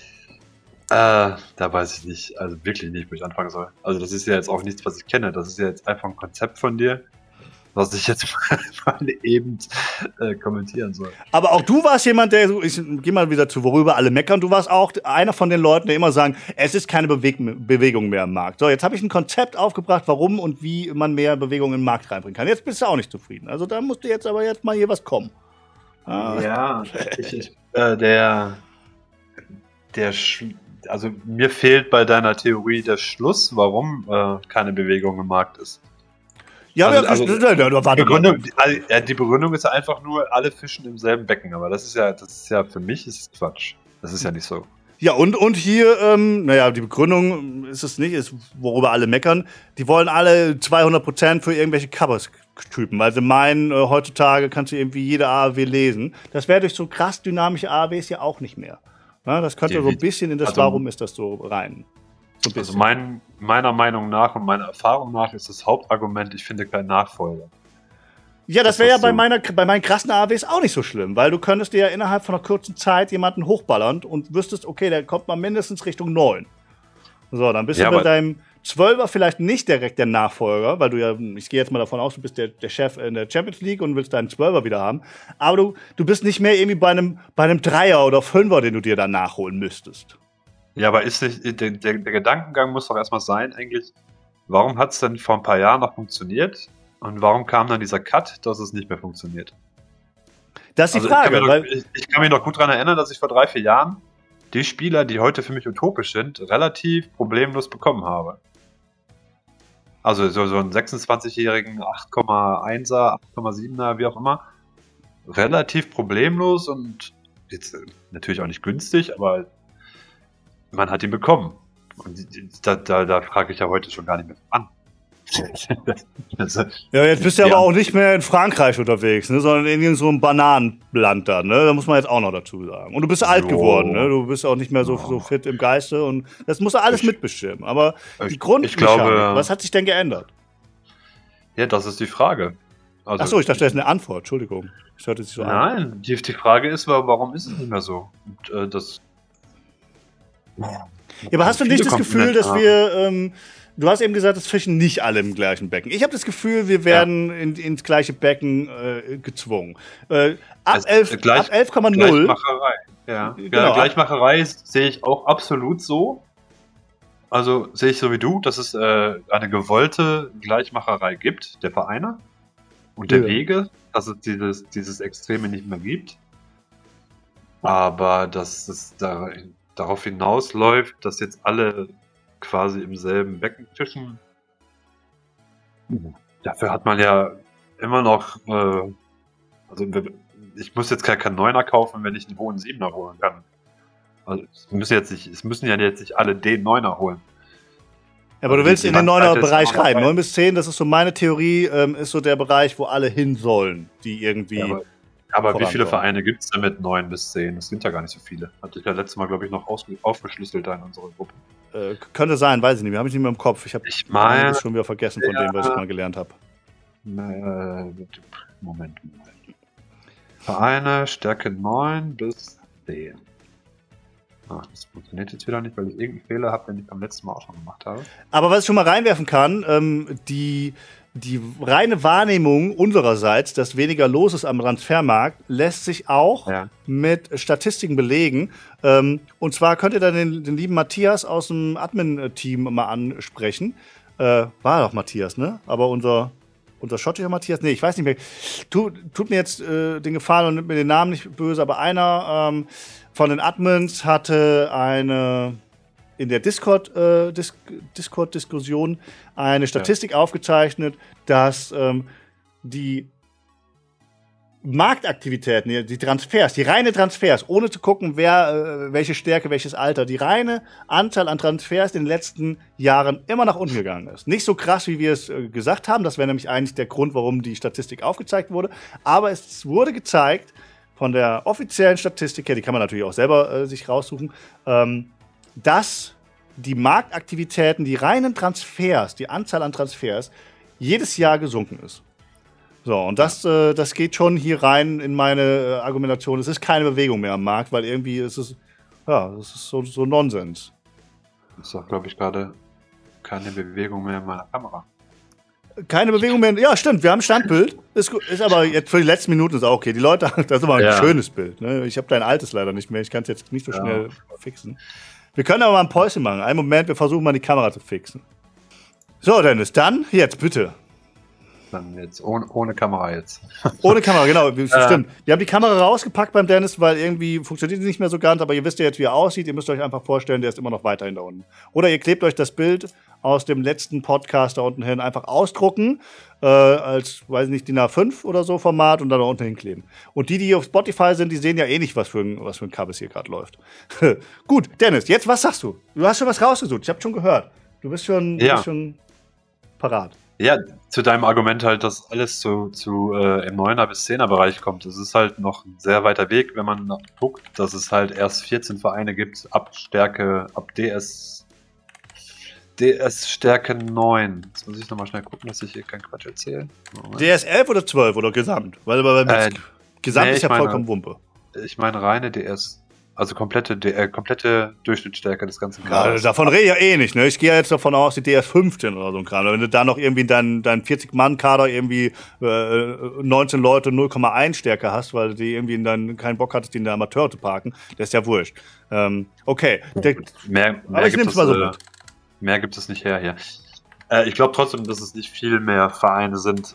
Da weiß ich nicht, also wirklich nicht, wo ich anfangen soll. Also das ist ja jetzt auch nichts, was ich kenne. Das ist ja jetzt einfach ein Konzept von dir, was ich jetzt mal eben kommentieren soll. Aber auch du warst jemand, ich gehe mal wieder zu, worüber alle meckern, du warst auch einer von den Leuten, die immer sagen, es ist keine Bewegung mehr im Markt. So, jetzt habe ich ein Konzept aufgebracht, warum und wie man mehr Bewegung in den Markt reinbringen kann. Jetzt bist du auch nicht zufrieden. Also da musst du jetzt mal hier was kommen. Ja, also mir fehlt bei deiner Theorie der Schluss, warum keine Bewegung im Markt ist. Ja, die Begründung ist ja einfach nur, alle fischen im selben Becken, aber das ist ja für mich ist Quatsch. Das ist ja nicht so. Ja, und hier, die Begründung ist es nicht, ist, worüber alle meckern. Die wollen alle 200% für irgendwelche Covers-Typen, weil sie meinen, heutzutage kannst du irgendwie jede AAW lesen. Das wäre durch so krass dynamische AAWs ja auch nicht mehr. Ja, das könnte so ein bisschen in das Warum ist das so rein. So also meiner Meinung nach und meiner Erfahrung nach ist das Hauptargument, ich finde keinen Nachfolger. Ja, das wäre ja bei meinen krassen AAWs auch nicht so schlimm, weil du könntest dir ja innerhalb von einer kurzen Zeit jemanden hochballern und wüsstest, okay, der kommt mal mindestens Richtung 9. So, dann bist du mit deinem 12er vielleicht nicht direkt der Nachfolger, weil du ja, ich gehe jetzt mal davon aus, du bist der Chef in der Champions League und willst deinen 12er wieder haben, aber du bist nicht mehr irgendwie bei einem 3er oder 5er, den du dir dann nachholen müsstest. Ja, aber ist nicht, der Gedankengang muss doch erstmal sein, eigentlich, warum hat es denn vor ein paar Jahren noch funktioniert und warum kam dann dieser Cut, dass es nicht mehr funktioniert? Das ist die Frage. Ich kann mich noch gut daran erinnern, dass ich vor 3-4 Jahren die Spieler, die heute für mich utopisch sind, relativ problemlos bekommen habe. Also so einen 26-jährigen 8,1er, 8,7er, wie auch immer, relativ problemlos und jetzt natürlich auch nicht günstig, aber man hat ihn bekommen. Und da frage ich ja heute schon gar nicht mehr an. Ja, jetzt bist du aber auch nicht mehr in Frankreich unterwegs, ne, sondern in so einem Bananenland da, ne? Da muss man jetzt auch noch dazu sagen. Und du bist alt geworden, ne? Du bist auch nicht mehr so fit im Geiste und das musst du alles mitbestimmen. Aber die Grundmechanik, was hat sich denn geändert? Ja, das ist die Frage. Also, achso, ich dachte, das ist eine Antwort, Entschuldigung. Ich hörte sich so an. Nein, die Frage ist, warum ist es nicht mehr so? Und, ja, aber hast du nicht das Gefühl, dass wir du hast eben gesagt, es fischen nicht alle im gleichen Becken. Ich habe das Gefühl, wir werden ins gleiche Becken gezwungen. Ab 11,0. Gleichmacherei. Ja. Genau. Gleichmacherei sehe ich auch absolut so. also sehe ich so wie du, dass es eine gewollte Gleichmacherei gibt, der Vereine und der Wege, dass es dieses Extreme nicht mehr gibt. Aber dass es darauf hinausläuft, dass jetzt alle quasi im selben Becken fischen. Dafür hat man ja immer noch, also ich muss jetzt keinen Neuner kaufen, wenn ich einen hohen Siebener holen kann. Also es müssen ja jetzt nicht alle den Neuner holen. Ja, aber du willst in den Neuner-Bereich rein. 9 bis 10, das ist so meine Theorie, ist so der Bereich, wo alle hin sollen, die irgendwie. Ja, aber wie viele Vereine gibt es denn mit 9 bis 10? Das sind ja gar nicht so viele. Hatte ich ja letztes Mal, glaube ich, noch aufgeschlüsselt in unserer Gruppe. Könnte sein, weiß ich nicht mehr. Habe ich nicht mehr im Kopf. Ich meine, das schon wieder vergessen von dem, was ich mal gelernt habe. Moment. Vereine, Stärke 9 bis 10. Ach, das funktioniert jetzt wieder nicht, weil ich irgendeinen Fehler habe, den ich beim letzten Mal auch schon gemacht habe. Aber was ich schon mal reinwerfen kann, die reine Wahrnehmung unsererseits, dass weniger los ist am Transfermarkt, lässt sich auch mit Statistiken belegen. Und zwar könnt ihr dann den lieben Matthias aus dem Admin-Team mal ansprechen. War doch Matthias, ne? Aber unser schottischer Matthias, nee, ich weiß nicht mehr. Tut mir jetzt den Gefallen und nimmt mir den Namen nicht böse, aber einer von den Admins hatte in der Discord-Diskussion eine Statistik aufgezeichnet, dass die Marktaktivitäten, die Transfers, die reine Transfers, ohne zu gucken, wer welche Stärke, welches Alter, die reine Anzahl an Transfers in den letzten Jahren immer nach unten gegangen ist. Nicht so krass, wie wir es gesagt haben, das wäre nämlich eigentlich der Grund, warum die Statistik aufgezeigt wurde, aber es wurde gezeigt von der offiziellen Statistik her, die kann man natürlich auch selber sich raussuchen, dass die Marktaktivitäten, die reinen Transfers, die Anzahl an Transfers, jedes Jahr gesunken ist. So, und das geht schon hier rein in meine Argumentation. Es ist keine Bewegung mehr am Markt, weil irgendwie ist es so Nonsens. Das ist doch, glaube ich, gerade keine Bewegung mehr in meiner Kamera. Keine Bewegung mehr. Ja, stimmt, wir haben ein Standbild. Ist aber jetzt für die letzten Minuten ist auch okay. Die Leute, das ist aber ein schönes Bild. Ne? Ich habe dein altes leider nicht mehr. Ich kann es jetzt nicht so schnell fixen. Wir können aber mal ein Päuschen machen. Einen Moment, wir versuchen mal die Kamera zu fixen. So, Dennis, dann jetzt bitte. Dann jetzt ohne Kamera jetzt. Ohne Kamera, genau. Stimmt. Wir haben die Kamera rausgepackt beim Dennis, weil irgendwie funktioniert sie nicht mehr so ganz. Aber ihr wisst ja jetzt, wie er aussieht. Ihr müsst euch einfach vorstellen, der ist immer noch weiterhin da unten. Oder ihr klebt euch das Bild aus dem letzten Podcast da unten hin einfach ausdrucken, als, weiß nicht, DIN A5 oder so Format und dann da unten hinkleben. Und die auf Spotify sind, die sehen ja eh nicht, was für ein Kabel hier gerade läuft. Gut, Dennis, jetzt was sagst du? Du hast schon was rausgesucht. Ich habe schon gehört. Du bist schon parat. Ja, zu deinem Argument halt, dass alles im 9er bis 10er Bereich kommt. Das ist halt noch ein sehr weiter Weg, wenn man guckt, dass es halt erst 14 Vereine gibt, ab DS Stärke 9. Jetzt muss ich nochmal schnell gucken, dass ich hier keinen Quatsch erzähle. DS 11 oder 12 oder Gesamt? Weil Gesamt ist ja vollkommen Wumpe. Ich meine reine DS. Also komplette Durchschnittsstärke des ganzen Kaders. Ja, davon rede ich ja eh nicht. Ne? Ich gehe ja jetzt davon aus, die DS 15 oder so ein Kram. Wenn du da noch irgendwie dein 40-Mann-Kader irgendwie 19 Leute 0,1 Stärke hast, weil du irgendwie keinen Bock hattest, die in der Amateur zu parken, das ist ja wurscht. Okay. Mehr gibt es nicht her hier. Ich glaube trotzdem, dass es nicht viel mehr Vereine sind.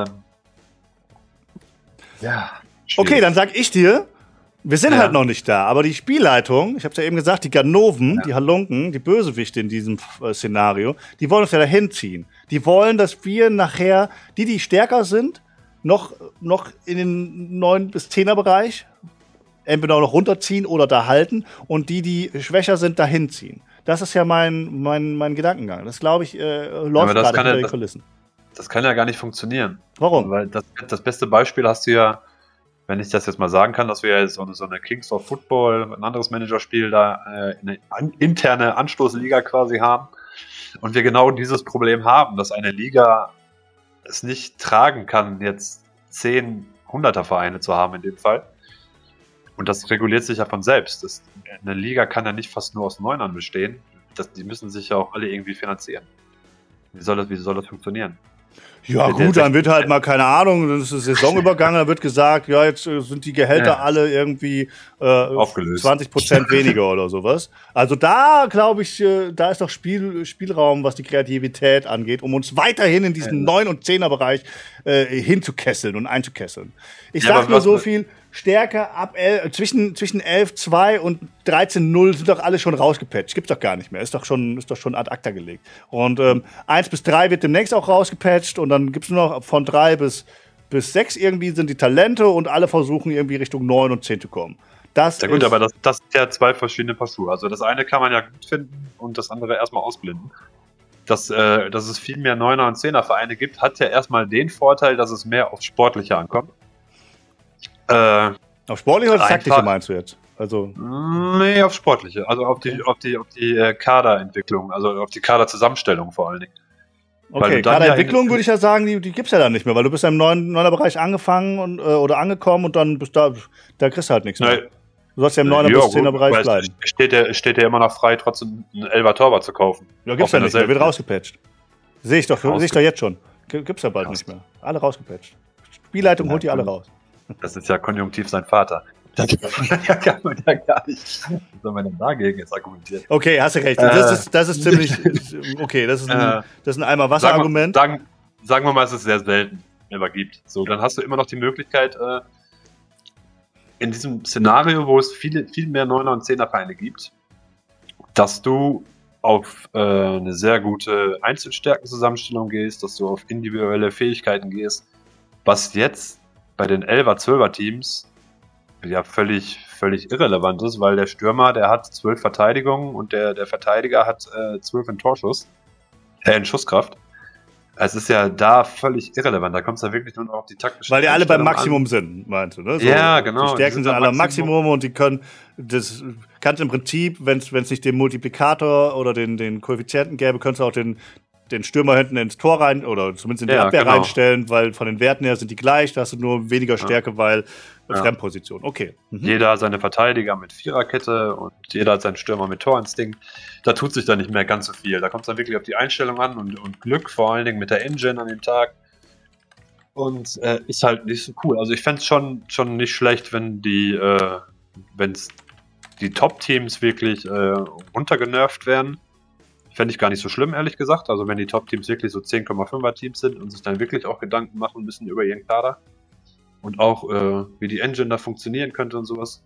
Schwierig. Okay, dann sag ich dir, wir sind halt noch nicht da, aber die Spielleitung, ich habe es ja eben gesagt, die Ganoven, die Halunken, die Bösewichte in diesem Szenario, die wollen uns ja dahin ziehen. Die wollen, dass wir nachher, die stärker sind, noch in den 9 bis 10er Bereich entweder noch runterziehen oder da halten und die schwächer sind, dahin ziehen. Das ist ja mein Gedankengang. Das, glaube ich, läuft gerade hinter den Kulissen. Das kann ja gar nicht funktionieren. Warum? Weil das beste Beispiel hast du ja, wenn ich das jetzt mal sagen kann, dass wir ja so eine Kings of Football, ein anderes Managerspiel da, eine interne Anstoßliga quasi haben und wir genau dieses Problem haben, dass eine Liga es nicht tragen kann, jetzt 10 Hunderter-Vereine zu haben in dem Fall. Und das reguliert sich ja von selbst. Eine Liga kann ja nicht fast nur aus Neunern bestehen. Die müssen sich ja auch alle irgendwie finanzieren. Wie soll das funktionieren? Ja gut, dann wird halt mal, keine Ahnung, das ist Saisonübergang, da wird gesagt, ja, jetzt sind die Gehälter alle irgendwie aufgelöst. 20% weniger oder sowas. Also da, glaube ich, da ist doch Spielraum, was die Kreativität angeht, um uns weiterhin in diesen 9- und 10er-Bereich hinzukesseln und einzukesseln. Ich sag nur so viel, Stärke ab zwischen 11.2 und 13.0 sind doch alle schon rausgepatcht. Gibt's doch gar nicht mehr. Ist doch schon ad acta gelegt. Und 1 bis 3 wird demnächst auch rausgepatcht und dann gibt's nur noch von 3 bis 6 irgendwie sind die Talente und alle versuchen irgendwie Richtung 9 und 10 zu kommen. Ja gut, aber das sind ja 2 verschiedene Paar Schuhe. Also das eine kann man ja gut finden und das andere erstmal ausblenden. Dass es viel mehr 9er und 10er Vereine gibt, hat ja erstmal den Vorteil, dass es mehr aufs Sportliche ankommt. Auf Sportliche oder Taktische meinst du jetzt? Also nee, auf Sportliche. Also auf die Kaderentwicklung, also auf die Kaderzusammenstellung vor allen Dingen. Okay, Kaderentwicklung würde ich ja sagen, die gibt's ja dann nicht mehr, weil du bist ja im 9er Bereich angefangen oder angekommen und dann bist da kriegst du halt nichts mehr. Du sollst ja im 9er bis 10er Bereich bleiben. Steht ja immer noch frei, trotzdem einen 11er Torwart zu kaufen. Ja, gibt's ja nicht mehr, wird rausgepatcht. Sehe ich doch jetzt schon. Gibt's ja bald nicht mehr. Alle rausgepatcht. Spielleitung holt die alle raus. Das ist ja konjunktiv sein Vater. Das kann man ja gar nicht. Was soll man denn dagegen jetzt argumentieren? Okay, hast du recht. Das ist ziemlich. Okay, das ist ein Eimer Wasser-Argument. Sagen wir mal, es ist sehr selten, immer gibt. So, dann hast du immer noch die Möglichkeit, in diesem Szenario, wo es viel mehr 9er und 10er Vereine gibt, dass du auf eine sehr gute Einzelstärkenzusammenstellung gehst, dass du auf individuelle Fähigkeiten gehst, was jetzt bei den 11er, 12er Teams ja völlig irrelevant ist, weil der Stürmer, der hat 12 Verteidigungen und der Verteidiger hat 12 in Schusskraft. Es ist ja da völlig irrelevant, da kommt es ja wirklich nur noch auf die taktische. Weil die alle beim Maximum sind, meinst du, ne? So, ja, genau. Die Stärken sind alle am Maximum und die können, das kannst im Prinzip, wenn es nicht den Multiplikator oder den Koeffizienten gäbe, könntest du auch den Stürmer hinten ins Tor rein oder zumindest in die Abwehr reinstellen, weil von den Werten her sind die gleich, da hast du nur weniger Stärke, weil Fremdposition. Okay. Jeder hat seine Verteidiger mit Viererkette und jeder hat seinen Stürmer mit Torinstinkt. Da tut sich dann nicht mehr ganz so viel. Da kommt es dann wirklich auf die Einstellung an und Glück, vor allen Dingen mit der Engine an dem Tag. Und ist halt nicht so cool. Also ich fände es schon nicht schlecht, wenn wenn's die Top-Teams wirklich runtergenervt werden. Fände ich gar nicht so schlimm, ehrlich gesagt. Also wenn die Top-Teams wirklich so 10,5er Teams sind und sich dann wirklich auch Gedanken machen müssen über ihren Kader und auch wie die Engine da funktionieren könnte und sowas,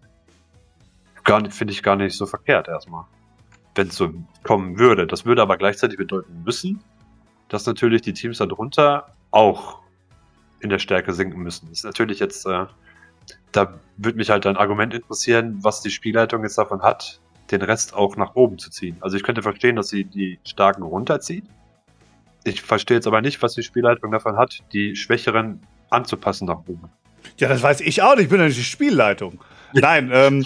finde ich gar nicht so verkehrt erstmal. Wenn es so kommen würde. Das würde aber gleichzeitig bedeuten müssen, dass natürlich die Teams darunter auch in der Stärke sinken müssen. Das ist natürlich jetzt, da würde mich halt ein Argument interessieren, was die Spielleitung jetzt davon hat, den Rest auch nach oben zu ziehen. Also ich könnte verstehen, dass sie die Starken runterzieht. Ich verstehe jetzt aber nicht, was die Spielleitung davon hat, die Schwächeren anzupassen nach oben. Ja, das weiß ich auch nicht. Ich bin ja nicht die Spielleitung. Nein,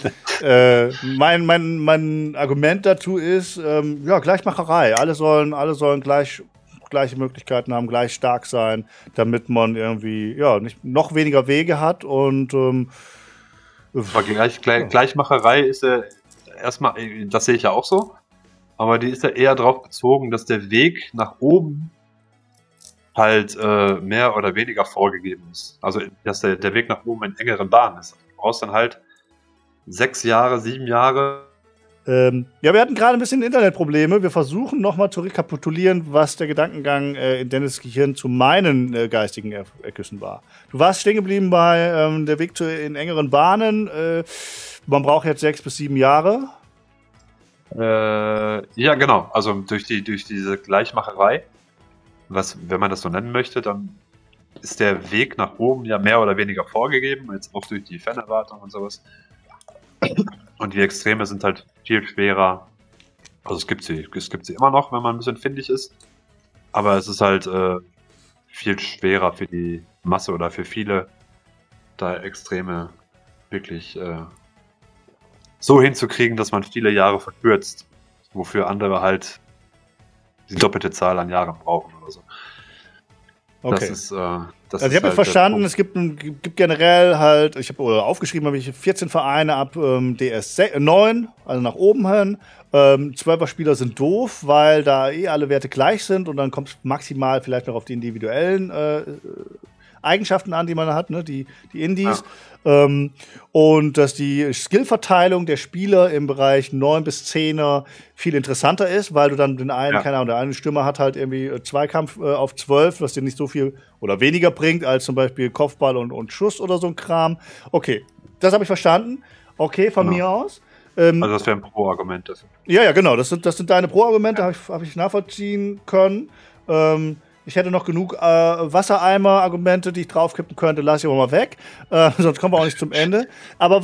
mein Argument dazu ist, Gleichmacherei. Alle sollen gleiche Möglichkeiten haben, gleich stark sein, damit man irgendwie, nicht noch weniger Wege hat und aber Gleichmacherei ist ja erstmal, das sehe ich ja auch so, aber die ist ja eher darauf bezogen, dass der Weg nach oben halt mehr oder weniger vorgegeben ist. Also, dass der Weg nach oben in engeren Bahnen ist. Du brauchst dann halt 6 Jahre, 7 Jahre. Wir hatten gerade ein bisschen Internetprobleme. Wir versuchen nochmal zu rekapitulieren, was der Gedankengang in Dennis' Gehirn zu meinen geistigen Ergüssen war. Du warst stehen geblieben bei der Weg in engeren Bahnen. Man braucht jetzt 6 bis 7 Jahre. Ja, genau. Also durch diese Gleichmacherei, wenn man das so nennen möchte, dann ist der Weg nach oben ja mehr oder weniger vorgegeben, jetzt auch durch die Fanerwartung und sowas. Und die Extreme sind halt viel schwerer. Also es gibt sie immer noch, wenn man ein bisschen findig ist. Aber es ist halt viel schwerer für die Masse oder für viele, da Extreme wirklich so hinzukriegen, dass man viele Jahre verkürzt, wofür andere halt die doppelte Zahl an Jahren brauchen oder so. Okay. Das ist, also ich habe verstanden, es gibt generell halt, aufgeschrieben habe ich 14 Vereine ab DS 9, also nach oben hin. 12er Spieler sind doof, weil da alle Werte gleich sind und dann kommt es maximal vielleicht noch auf die individuellen Eigenschaften an, die man hat, ne? Die Indies. Ja. Und dass die Skillverteilung der Spieler im Bereich 9 bis 10er viel interessanter ist, weil du dann den einen, keine Ahnung, der eine Stürmer hat halt irgendwie Zweikampf auf 12, was dir nicht so viel oder weniger bringt als zum Beispiel Kopfball und Schuss oder so ein Kram. Okay, das habe ich verstanden. Okay, von mir aus. Also das wäre ein Pro-Argument dafür. Ja, genau, das sind deine Pro-Argumente, hab ich nachvollziehen können. Ich hätte noch genug Wassereimer-Argumente, die ich draufkippen könnte, lasse ich aber mal weg. Sonst kommen wir auch nicht zum Ende. Aber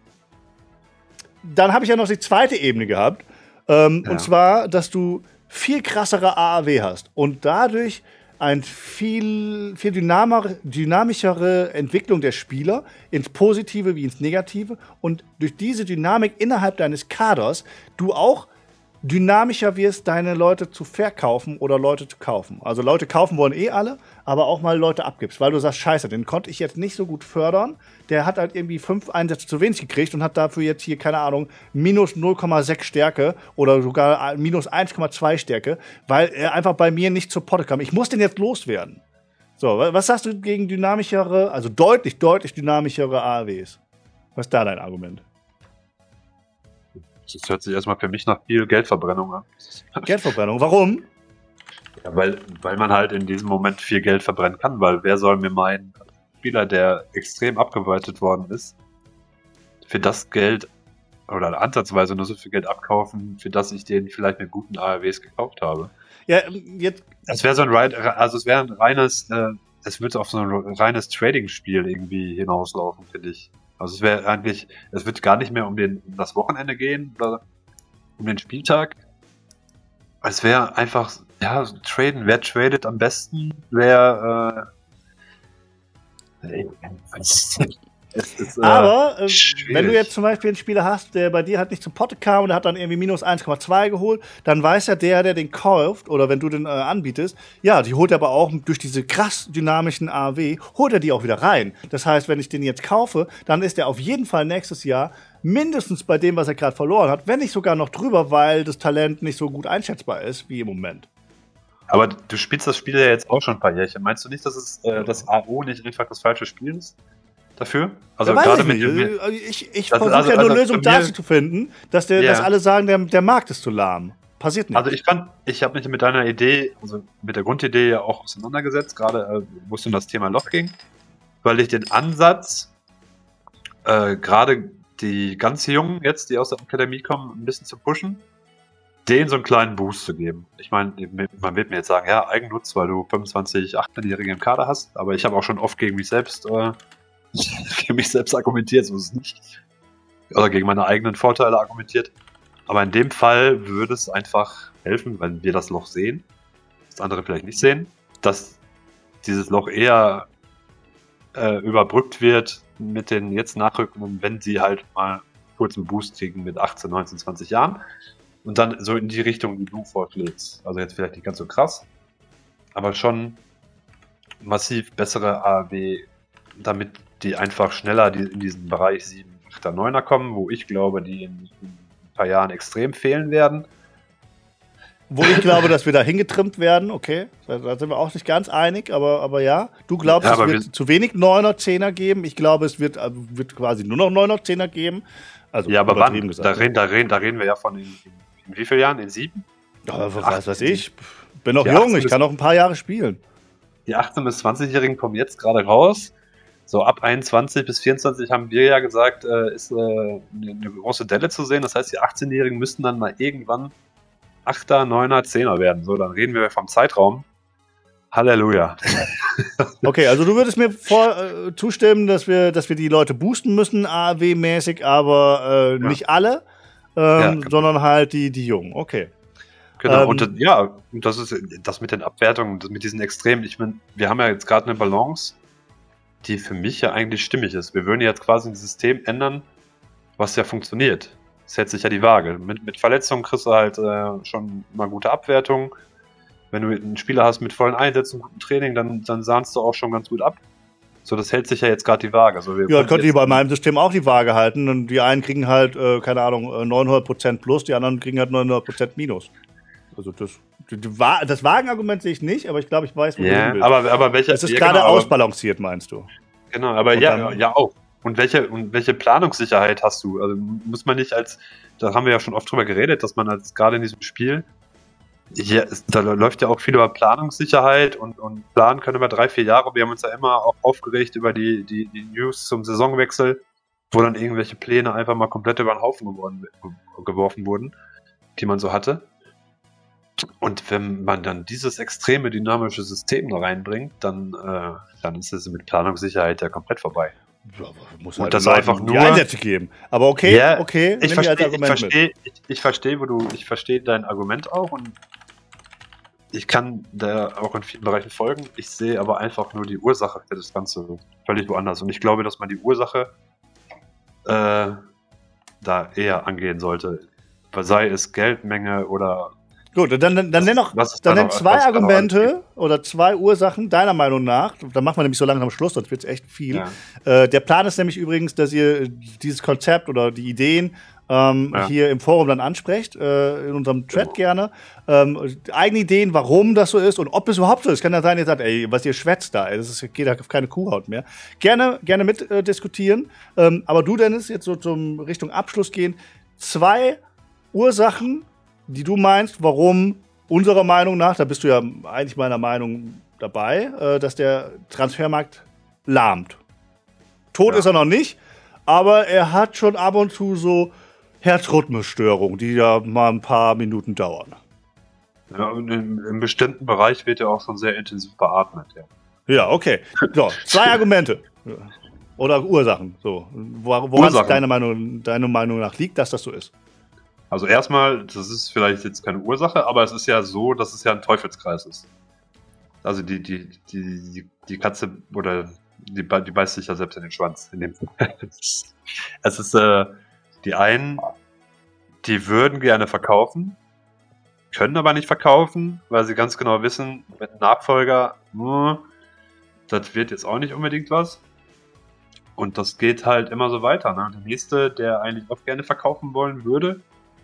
dann habe ich ja noch die zweite Ebene gehabt. Und zwar, dass du viel krassere AAW hast und dadurch eine viel dynamischere Entwicklung der Spieler ins Positive wie ins Negative und durch diese Dynamik innerhalb deines Kaders du auch dynamischer wirst, deine Leute zu verkaufen oder Leute zu kaufen. Also Leute kaufen wollen alle, aber auch mal Leute abgibst, weil du sagst, scheiße, den konnte ich jetzt nicht so gut fördern. Der hat halt irgendwie 5 Einsätze zu wenig gekriegt und hat dafür jetzt hier, keine Ahnung, minus 0,6 Stärke oder sogar minus 1,2 Stärke, weil er einfach bei mir nicht zur Potte kam. Ich muss den jetzt loswerden. So, was sagst du gegen dynamischere, also deutlich dynamischere AAWs? Was ist da dein Argument? Das hört sich erstmal für mich nach viel Geldverbrennung an. Geldverbrennung, warum? Ja, weil man halt in diesem Moment viel Geld verbrennen kann, weil wer soll mir meinen Spieler, der extrem abgeweitet worden ist, für das Geld oder ansatzweise nur so viel Geld abkaufen, für das ich den vielleicht mit guten ARWs gekauft habe. Ja, jetzt. Es wäre ein reines, es wird auf so ein reines Trading-Spiel irgendwie hinauslaufen, finde ich. Also es wird gar nicht mehr um das Wochenende gehen oder um den Spieltag. Es wäre einfach, traden. Wer tradet am besten? Aber wenn du jetzt zum Beispiel einen Spieler hast, der bei dir halt nicht zum Potte kam und der hat dann irgendwie minus 1,2 geholt, dann weiß ja der den kauft oder wenn du den anbietest, ja, die holt er aber auch durch diese krass dynamischen AW, holt er die auch wieder rein. Das heißt, wenn ich den jetzt kaufe, dann ist er auf jeden Fall nächstes Jahr mindestens bei dem, was er gerade verloren hat, wenn nicht sogar noch drüber, weil das Talent nicht so gut einschätzbar ist wie im Moment. Aber du spielst das Spiel ja jetzt auch schon ein paar Jährchen. Meinst du nicht, dass es das AO nicht einfach das falsche Spiel ist? Dafür? Also gerade ich versuche ja nur eine Lösung dazu zu finden, dass alle sagen, der Markt ist zu lahm. Passiert nicht. Also ich habe mich mit deiner Idee, also mit der Grundidee ja auch auseinandergesetzt, gerade wo es um das Thema Loch ging, weil ich den Ansatz, gerade die ganz Jungen jetzt, die aus der Akademie kommen, ein bisschen zu pushen, denen so einen kleinen Boost zu geben. Ich meine, man wird mir jetzt sagen, ja, Eigennutz, weil du 25, 18-Jährige im Kader hast, aber ich habe auch schon oft gegen mich selbst argumentiert, so ist es nicht. Oder gegen meine eigenen Vorteile argumentiert. Aber in dem Fall würde es einfach helfen, wenn wir das Loch sehen, das andere vielleicht nicht sehen, dass dieses Loch eher überbrückt wird mit den jetzt Nachrückenden, wenn sie halt mal kurz einen Boost kriegen mit 18, 19, 20 Jahren und dann so in die Richtung, die du vorschlägst. Also jetzt vielleicht nicht ganz so krass, aber schon massiv bessere AAW, damit die einfach schneller in diesen Bereich 7, 8er, 9er kommen, wo ich glaube, die in ein paar Jahren extrem fehlen werden. Wo ich glaube, dass wir da hingetrimmt werden, okay, da sind wir auch nicht ganz einig, aber ja. Du glaubst, es wird zu wenig 9er, 10er geben. Ich glaube, es wird quasi nur noch 9er, 10er geben. Also, ja, aber wann? Da reden wir ja von in wie vielen Jahren? In 7? Ja, was weiß ich. Bin noch jung, ich kann noch ein paar Jahre spielen. Die 18- bis 20-Jährigen kommen jetzt gerade raus. So ab 21 bis 24 haben wir ja gesagt, ist eine große Delle zu sehen. Das heißt, die 18-Jährigen müssten dann mal irgendwann 8er, 9er, 10er werden. So, dann reden wir vom Zeitraum. Halleluja. Okay, also du würdest mir zustimmen, dass wir die Leute boosten müssen, AAW-mäßig, aber nicht alle, sondern halt die Jungen. Okay. Genau, und das ist das mit den Abwertungen, mit diesen Extremen. Ich meine, wir haben ja jetzt gerade eine Balance, die für mich ja eigentlich stimmig ist. Wir würden jetzt quasi ein System ändern, was ja funktioniert. Es hält sich ja die Waage. Mit Verletzungen kriegst du halt schon mal gute Abwertung. wenn du einen Spieler hast mit vollen Einsätzen, guten Training, dann sahnst du auch schon ganz gut ab. So, das hält sich ja jetzt gerade die Waage. Also ja, könnte ich bei meinem System auch die Waage halten. Und die einen kriegen halt, keine Ahnung, 900% plus, die anderen kriegen halt 900% minus. Also das Wagenargument sehe ich nicht, aber ich glaube, ich weiß, wo du hin willst. Aber welche... Es ist gerade ausbalanciert, meinst du? Genau, aber ja auch. Und welche Planungssicherheit hast du? Also muss man nicht da haben wir ja schon oft drüber geredet, dass man gerade in diesem Spiel, da läuft ja auch viel über Planungssicherheit und planen können über 3-4 Jahre. Wir haben uns ja immer auch aufgeregt über die News zum Saisonwechsel, wo dann irgendwelche Pläne einfach mal komplett über den Haufen geworfen wurden, die man so hatte. Und wenn man dann dieses extreme dynamische System da reinbringt, dann ist es mit Planungssicherheit ja komplett vorbei. Ja, muss und halt das einfach nur die Einsätze geben. Aber okay, ich verstehe dein Argument auch und ich kann da auch in vielen Bereichen folgen. Ich sehe aber einfach nur die Ursache für das Ganze völlig woanders. Und ich glaube, dass man die Ursache da eher angehen sollte. Sei es Geldmenge oder... Gut, dann nenn zwei Argumente oder zwei Ursachen deiner Meinung nach. Dann machen wir nämlich so langsam Schluss, sonst wird es echt viel. Ja. Der Plan ist nämlich übrigens, dass ihr dieses Konzept oder die Ideen hier im Forum dann ansprecht, in unserem Chat gerne. Eigene Ideen, warum das so ist und ob es überhaupt so ist. Kann ja sein, ihr sagt, ey, was ihr schwätzt da, geht da auf keine Kuhhaut mehr. Gerne mit diskutieren. Aber du, Dennis, jetzt so zum Richtung Abschluss gehen. 2 Ursachen, die du meinst, warum unserer Meinung nach, da bist du ja eigentlich meiner Meinung dabei, dass der Transfermarkt lahmt. Tot ist er noch nicht, aber er hat schon ab und zu so Herzrhythmusstörungen, die ja mal ein paar Minuten dauern. Ja, und im bestimmten Bereich wird er auch schon sehr intensiv beatmet. Ja, okay. So, 2 Argumente. Oder Ursachen. So. Woran es deiner Meinung nach liegt, dass das so ist. Also erstmal, das ist vielleicht jetzt keine Ursache, aber es ist ja so, dass es ja ein Teufelskreis ist. Also die Katze oder die beißt sich ja selbst in den Schwanz. Es ist die einen, die würden gerne verkaufen, können aber nicht verkaufen, weil sie ganz genau wissen, mit einem Nachfolger, das wird jetzt auch nicht unbedingt was. Und das geht halt immer so weiter. Ne? Der nächste, der eigentlich auch gerne verkaufen wollen würde,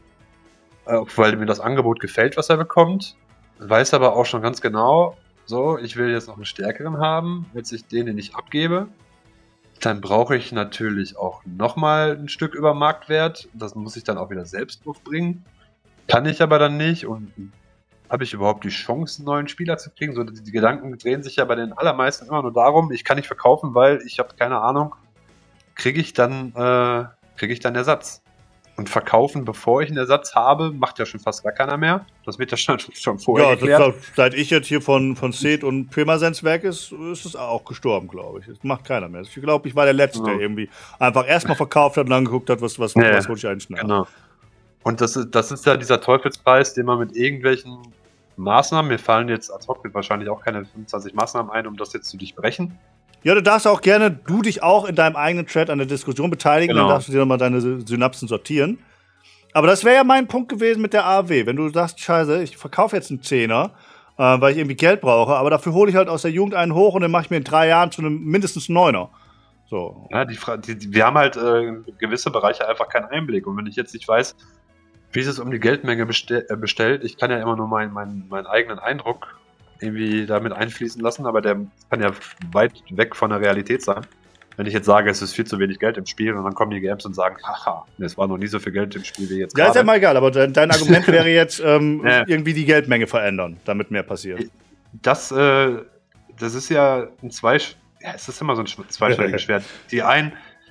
weil mir das Angebot gefällt, was er bekommt, weiß aber auch schon ganz genau, so, ich will jetzt noch einen stärkeren haben, als ich den ich abgebe. Dann brauche ich natürlich auch nochmal ein Stück über Marktwert. Das muss ich dann auch wieder selbst aufbringen. Kann ich aber dann nicht. Und habe ich überhaupt die Chance, einen neuen Spieler zu kriegen? So, die Gedanken drehen sich ja bei den allermeisten immer nur darum, ich kann nicht verkaufen, weil ich habe keine Ahnung, kriege ich dann Ersatz. Und verkaufen, bevor ich einen Ersatz habe, macht ja schon fast gar keiner mehr. Das wird ja schon vorher geklärt. Seit ich jetzt hier von Seth und Pirmasens weg ist es auch gestorben, glaube ich. Das macht keiner mehr. Ich glaube, ich war der Letzte, der irgendwie einfach erstmal verkauft hat und dann geguckt hat, was hol ich eigentlich schnell. Genau. Und das ist ja dieser Teufelspreis, den man mit irgendwelchen Maßnahmen, mir fallen jetzt ad hoc wahrscheinlich auch keine 25 Maßnahmen ein, um das jetzt zu durchbrechen. Ja, du darfst auch gerne, dich auch in deinem eigenen Chat an der Diskussion beteiligen, Dann darfst du dir nochmal deine Synapsen sortieren. Aber das wäre ja mein Punkt gewesen mit der AW. Wenn du sagst, scheiße, ich verkaufe jetzt einen 10er, weil ich irgendwie Geld brauche, aber dafür hole ich halt aus der Jugend einen hoch und dann mache ich mir in 3 Jahren zu einem mindestens 9er. So. Ja, wir haben halt gewisse Bereiche einfach keinen Einblick. Und wenn ich jetzt nicht weiß, wie es um die Geldmenge bestellt, ich kann ja immer nur meinen eigenen Eindruck irgendwie damit einfließen lassen, aber der kann ja weit weg von der Realität sein. Wenn ich jetzt sage, es ist viel zu wenig Geld im Spiel und dann kommen die GMs und sagen, haha, es war noch nie so viel Geld im Spiel wie jetzt gerade. Ja, ist ja mal egal, aber dein Argument wäre jetzt irgendwie die Geldmenge verändern, damit mehr passiert. Das ist ja es ist immer so ein zweischneidiges Schwert. Die einen,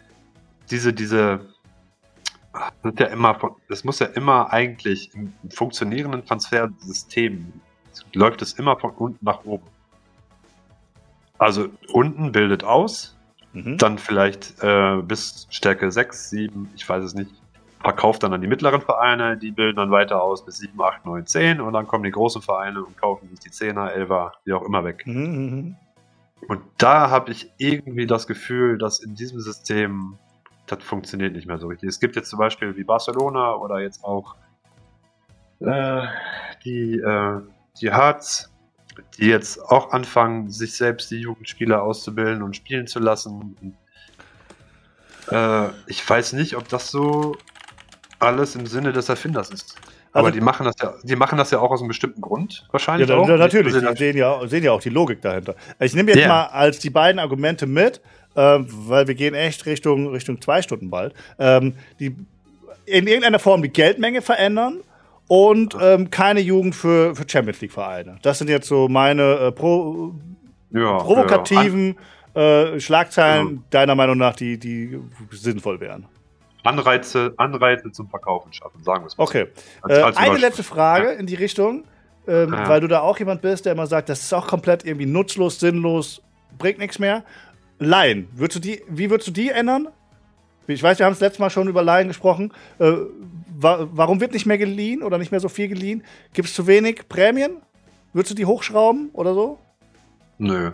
das muss ja immer eigentlich im funktionierenden Transfersystem läuft es immer von unten nach oben. Also unten bildet aus, dann vielleicht bis Stärke 6, 7, ich weiß es nicht, verkauft dann an die mittleren Vereine, die bilden dann weiter aus bis 7, 8, 9, 10 und dann kommen die großen Vereine und kaufen sich die 10er, 11er, wie auch immer weg. Und da habe ich irgendwie das Gefühl, dass in diesem System das funktioniert nicht mehr so richtig. Es gibt jetzt zum Beispiel wie Barcelona oder jetzt auch die die Hearts, die jetzt auch anfangen, sich selbst die Jugendspieler auszubilden und spielen zu lassen. Ich weiß nicht, ob das so alles im Sinne des Erfinders ist. Aber Also- die machen das ja auch aus einem bestimmten Grund, wahrscheinlich auch. Natürlich, Also, die sehen ja auch die Logik dahinter. Ich nehme jetzt mal als die beiden Argumente mit, weil wir gehen echt Richtung 2 Stunden bald, die in irgendeiner Form die Geldmenge verändern und keine Jugend für Champions League Vereine. Das sind jetzt so meine provokativen Schlagzeilen, deiner Meinung nach, die sinnvoll wären. Anreize zum Verkaufen schaffen, sagen wir es mal. Okay. Als Eine letzte Frage in die Richtung, weil du da auch jemand bist, der immer sagt, das ist auch komplett irgendwie nutzlos, sinnlos, bringt nichts mehr. Laien, wie würdest du die ändern? Ich weiß, wir haben das letzte Mal schon über Laien gesprochen. Warum wird nicht mehr geliehen oder nicht mehr so viel geliehen? Gibt es zu wenig Prämien? Würdest du die hochschrauben oder so? Nö,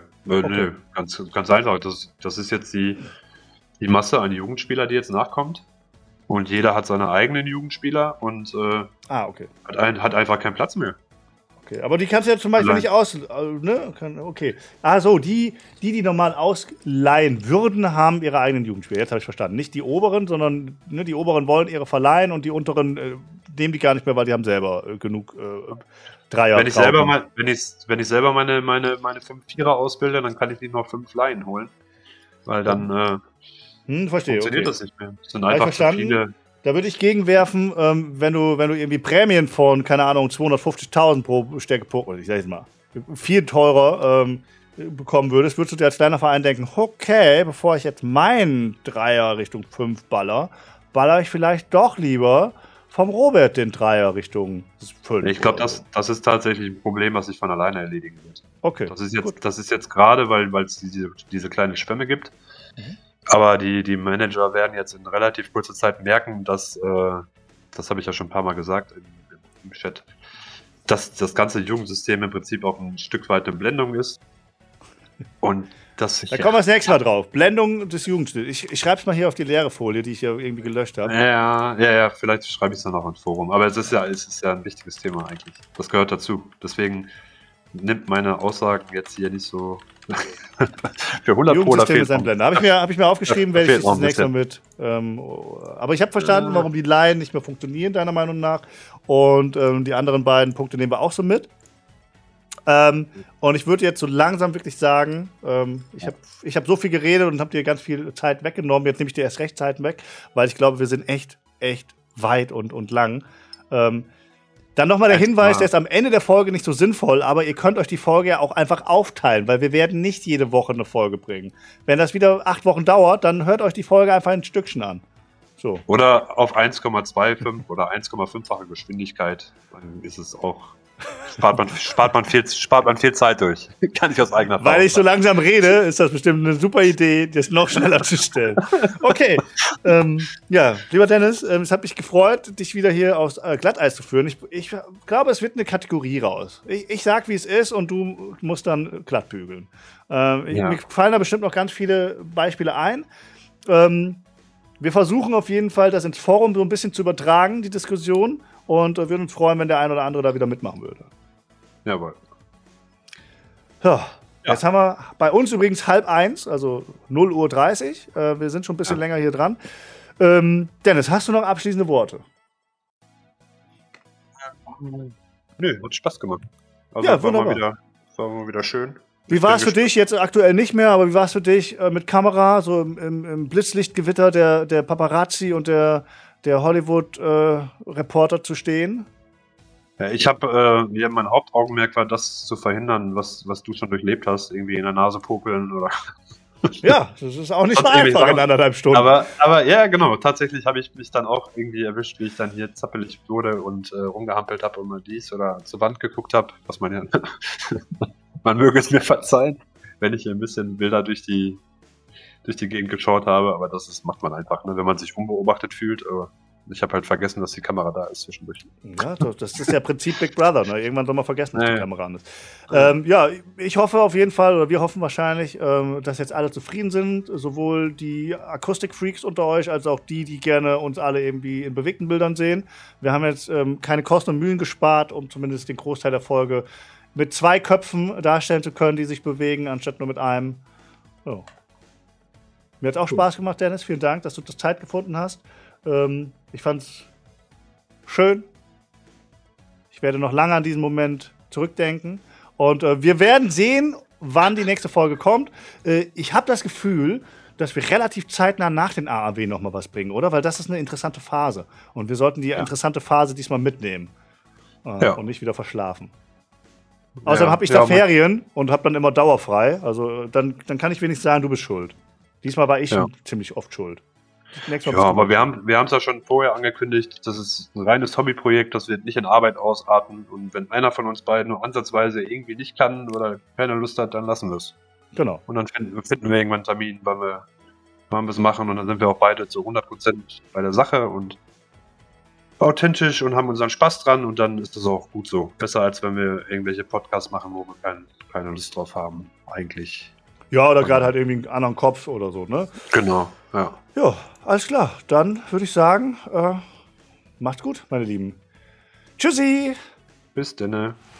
ganz einfach. Das ist jetzt die Masse an Jugendspieler, die jetzt nachkommt. Und jeder hat seine eigenen Jugendspieler und Okay. hat einfach keinen Platz mehr. Okay, aber die kannst du ja zum Beispiel nicht ne? Okay. So, die normal ausleihen würden, haben ihre eigenen Jugendspieler. Jetzt habe ich verstanden. Nicht die Oberen, sondern die Oberen wollen ihre verleihen und die Unteren nehmen die gar nicht mehr, weil die haben selber genug Dreier. Wenn ich selber meine 5-4er ausbilde, dann kann ich nicht noch 5 Laien holen. Weil dann verstehe, funktioniert das nicht mehr. Das sind Habe ich einfach zu verstanden. viele. Da würde ich gegenwerfen, wenn du irgendwie Prämien von, keine Ahnung, 250.000 pro Stärke Pokémon, ich sag jetzt mal, viel teurer bekommen würdest du dir als kleiner Verein denken, okay, bevor ich jetzt meinen Dreier Richtung 5 baller ich vielleicht doch lieber vom Robert den Dreier Richtung 5. Ich glaube, das ist tatsächlich ein Problem, was sich von alleine erledigen wird. Okay. Das ist jetzt gerade, weil es diese kleine Schwemme gibt. Mhm. Aber die Manager werden jetzt in relativ kurzer Zeit merken, dass, das habe ich ja schon ein paar Mal gesagt im Chat, dass das ganze Jugendsystem im Prinzip auch ein Stück weit eine Blendung ist. Und das. Da kommen wir das nächste Mal drauf. Blendung des Jugendstils. Ich schreibe es mal hier auf die leere Folie, die ich ja irgendwie gelöscht habe. Ja, vielleicht schreibe ich es dann auch ins Forum. Aber es ist ja ein wichtiges Thema eigentlich. Das gehört dazu. Deswegen nimmt meine Aussagen jetzt hier nicht so für 100 Pro. Jugendsystem ist ein Blender. Habe ich mir aufgeschrieben, werde ich das nächste Mal mit. Aber ich habe verstanden, warum die Laien nicht mehr funktionieren, deiner Meinung nach. Und die anderen beiden Punkte nehmen wir auch so mit. Und ich würde jetzt so langsam wirklich sagen, ich hab so viel geredet und habe dir ganz viel Zeit weggenommen. Jetzt nehme ich dir erst recht Zeiten weg, weil ich glaube, wir sind echt weit und lang. Dann nochmal der Hinweis, der ist am Ende der Folge nicht so sinnvoll, aber ihr könnt euch die Folge ja auch einfach aufteilen, weil wir werden nicht jede Woche eine Folge bringen. Wenn das wieder 8 Wochen dauert, dann hört euch die Folge einfach ein Stückchen an. So. Oder auf 1,25 oder 1,5-fache Geschwindigkeit, dann ist es auch. Spart man viel Zeit durch. Kann ich aus eigener Erfahrung Weil ich so langsam rede, ist das bestimmt eine super Idee, das noch schneller zu stellen. Okay. Lieber Dennis, es hat mich gefreut, dich wieder hier aufs Glatteis zu führen. Ich glaube, es wird eine Kategorie raus. Ich sag, wie es ist und du musst dann glatt bügeln. Mir fallen da bestimmt noch ganz viele Beispiele ein. Wir versuchen auf jeden Fall, das ins Forum so ein bisschen zu übertragen, die Diskussion. Und würden uns freuen, wenn der ein oder andere da wieder mitmachen würde. Jawohl. Ja. Jetzt haben wir bei uns übrigens 12:30, also 0:30 Uhr. Wir sind schon ein bisschen länger hier dran. Dennis, hast du noch abschließende Worte? Nö, hat Spaß gemacht. Also ja, wunderbar. War mal wieder schön. Wie war es für dich, jetzt aktuell nicht mehr, aber wie war es für dich mit Kamera, so im Blitzlichtgewitter der Paparazzi und der Hollywood-Reporter zu stehen? Ja, ich habe, mein Hauptaugenmerk war, das zu verhindern, was du schon durchlebt hast, irgendwie in der Nase popeln oder. Ja, das ist auch nicht so einfach in 1,5 Stunden. Aber ja, genau, tatsächlich habe ich mich dann auch irgendwie erwischt, wie ich dann hier zappelig wurde und rumgehampelt habe und mal dies oder zur Wand geguckt habe, was man ja, man möge es mir verzeihen, wenn ich hier ein bisschen Bilder durch die Gegend geschaut habe, aber macht man einfach, ne, wenn man sich unbeobachtet fühlt. Aber Ich habe halt vergessen, dass die Kamera da ist zwischendurch. Ja, das ist ja Prinzip Big Brother. Ne? Irgendwann soll man vergessen, dass die Kamera an ist. Ich hoffe auf jeden Fall, oder wir hoffen wahrscheinlich, dass jetzt alle zufrieden sind. Sowohl die Akustikfreaks unter euch, als auch die gerne uns alle irgendwie in bewegten Bildern sehen. Wir haben jetzt keine Kosten und Mühen gespart, um zumindest den Großteil der Folge mit 2 Köpfen darstellen zu können, die sich bewegen, anstatt nur mit einem. Oh. Mir hat auch Spaß gemacht, Dennis. Vielen Dank, dass du das Zeit gefunden hast. Ich fand's schön. Ich werde noch lange an diesen Moment zurückdenken. Und wir werden sehen, wann die nächste Folge kommt. Ich habe das Gefühl, dass wir relativ zeitnah nach den AAW noch mal was bringen, oder? Weil das ist eine interessante Phase. Und wir sollten die interessante Phase diesmal mitnehmen. Und nicht wieder verschlafen. Außerdem habe ich da Ferien und habe dann immer dauerfrei. Also dann kann ich wenigstens sagen, du bist schuld. Diesmal war ich ziemlich oft schuld. Aber wir haben es ja schon vorher angekündigt, das ist ein reines Hobbyprojekt, das wird nicht in Arbeit ausarten. Und wenn einer von uns beiden nur ansatzweise irgendwie nicht kann oder keine Lust hat, dann lassen wir es. Genau. Und dann finden wir irgendwann einen Termin, wann wir es machen. Und dann sind wir auch beide zu 100% bei der Sache und authentisch und haben unseren Spaß dran. Und dann ist das auch gut so. Besser, als wenn wir irgendwelche Podcasts machen, wo wir keine Lust drauf haben, eigentlich. Ja, oder gerade halt irgendwie einen anderen Kopf oder so, ne? Genau, ja. Ja, alles klar. Dann würde ich sagen, macht's gut, meine Lieben. Tschüssi! Bis denne.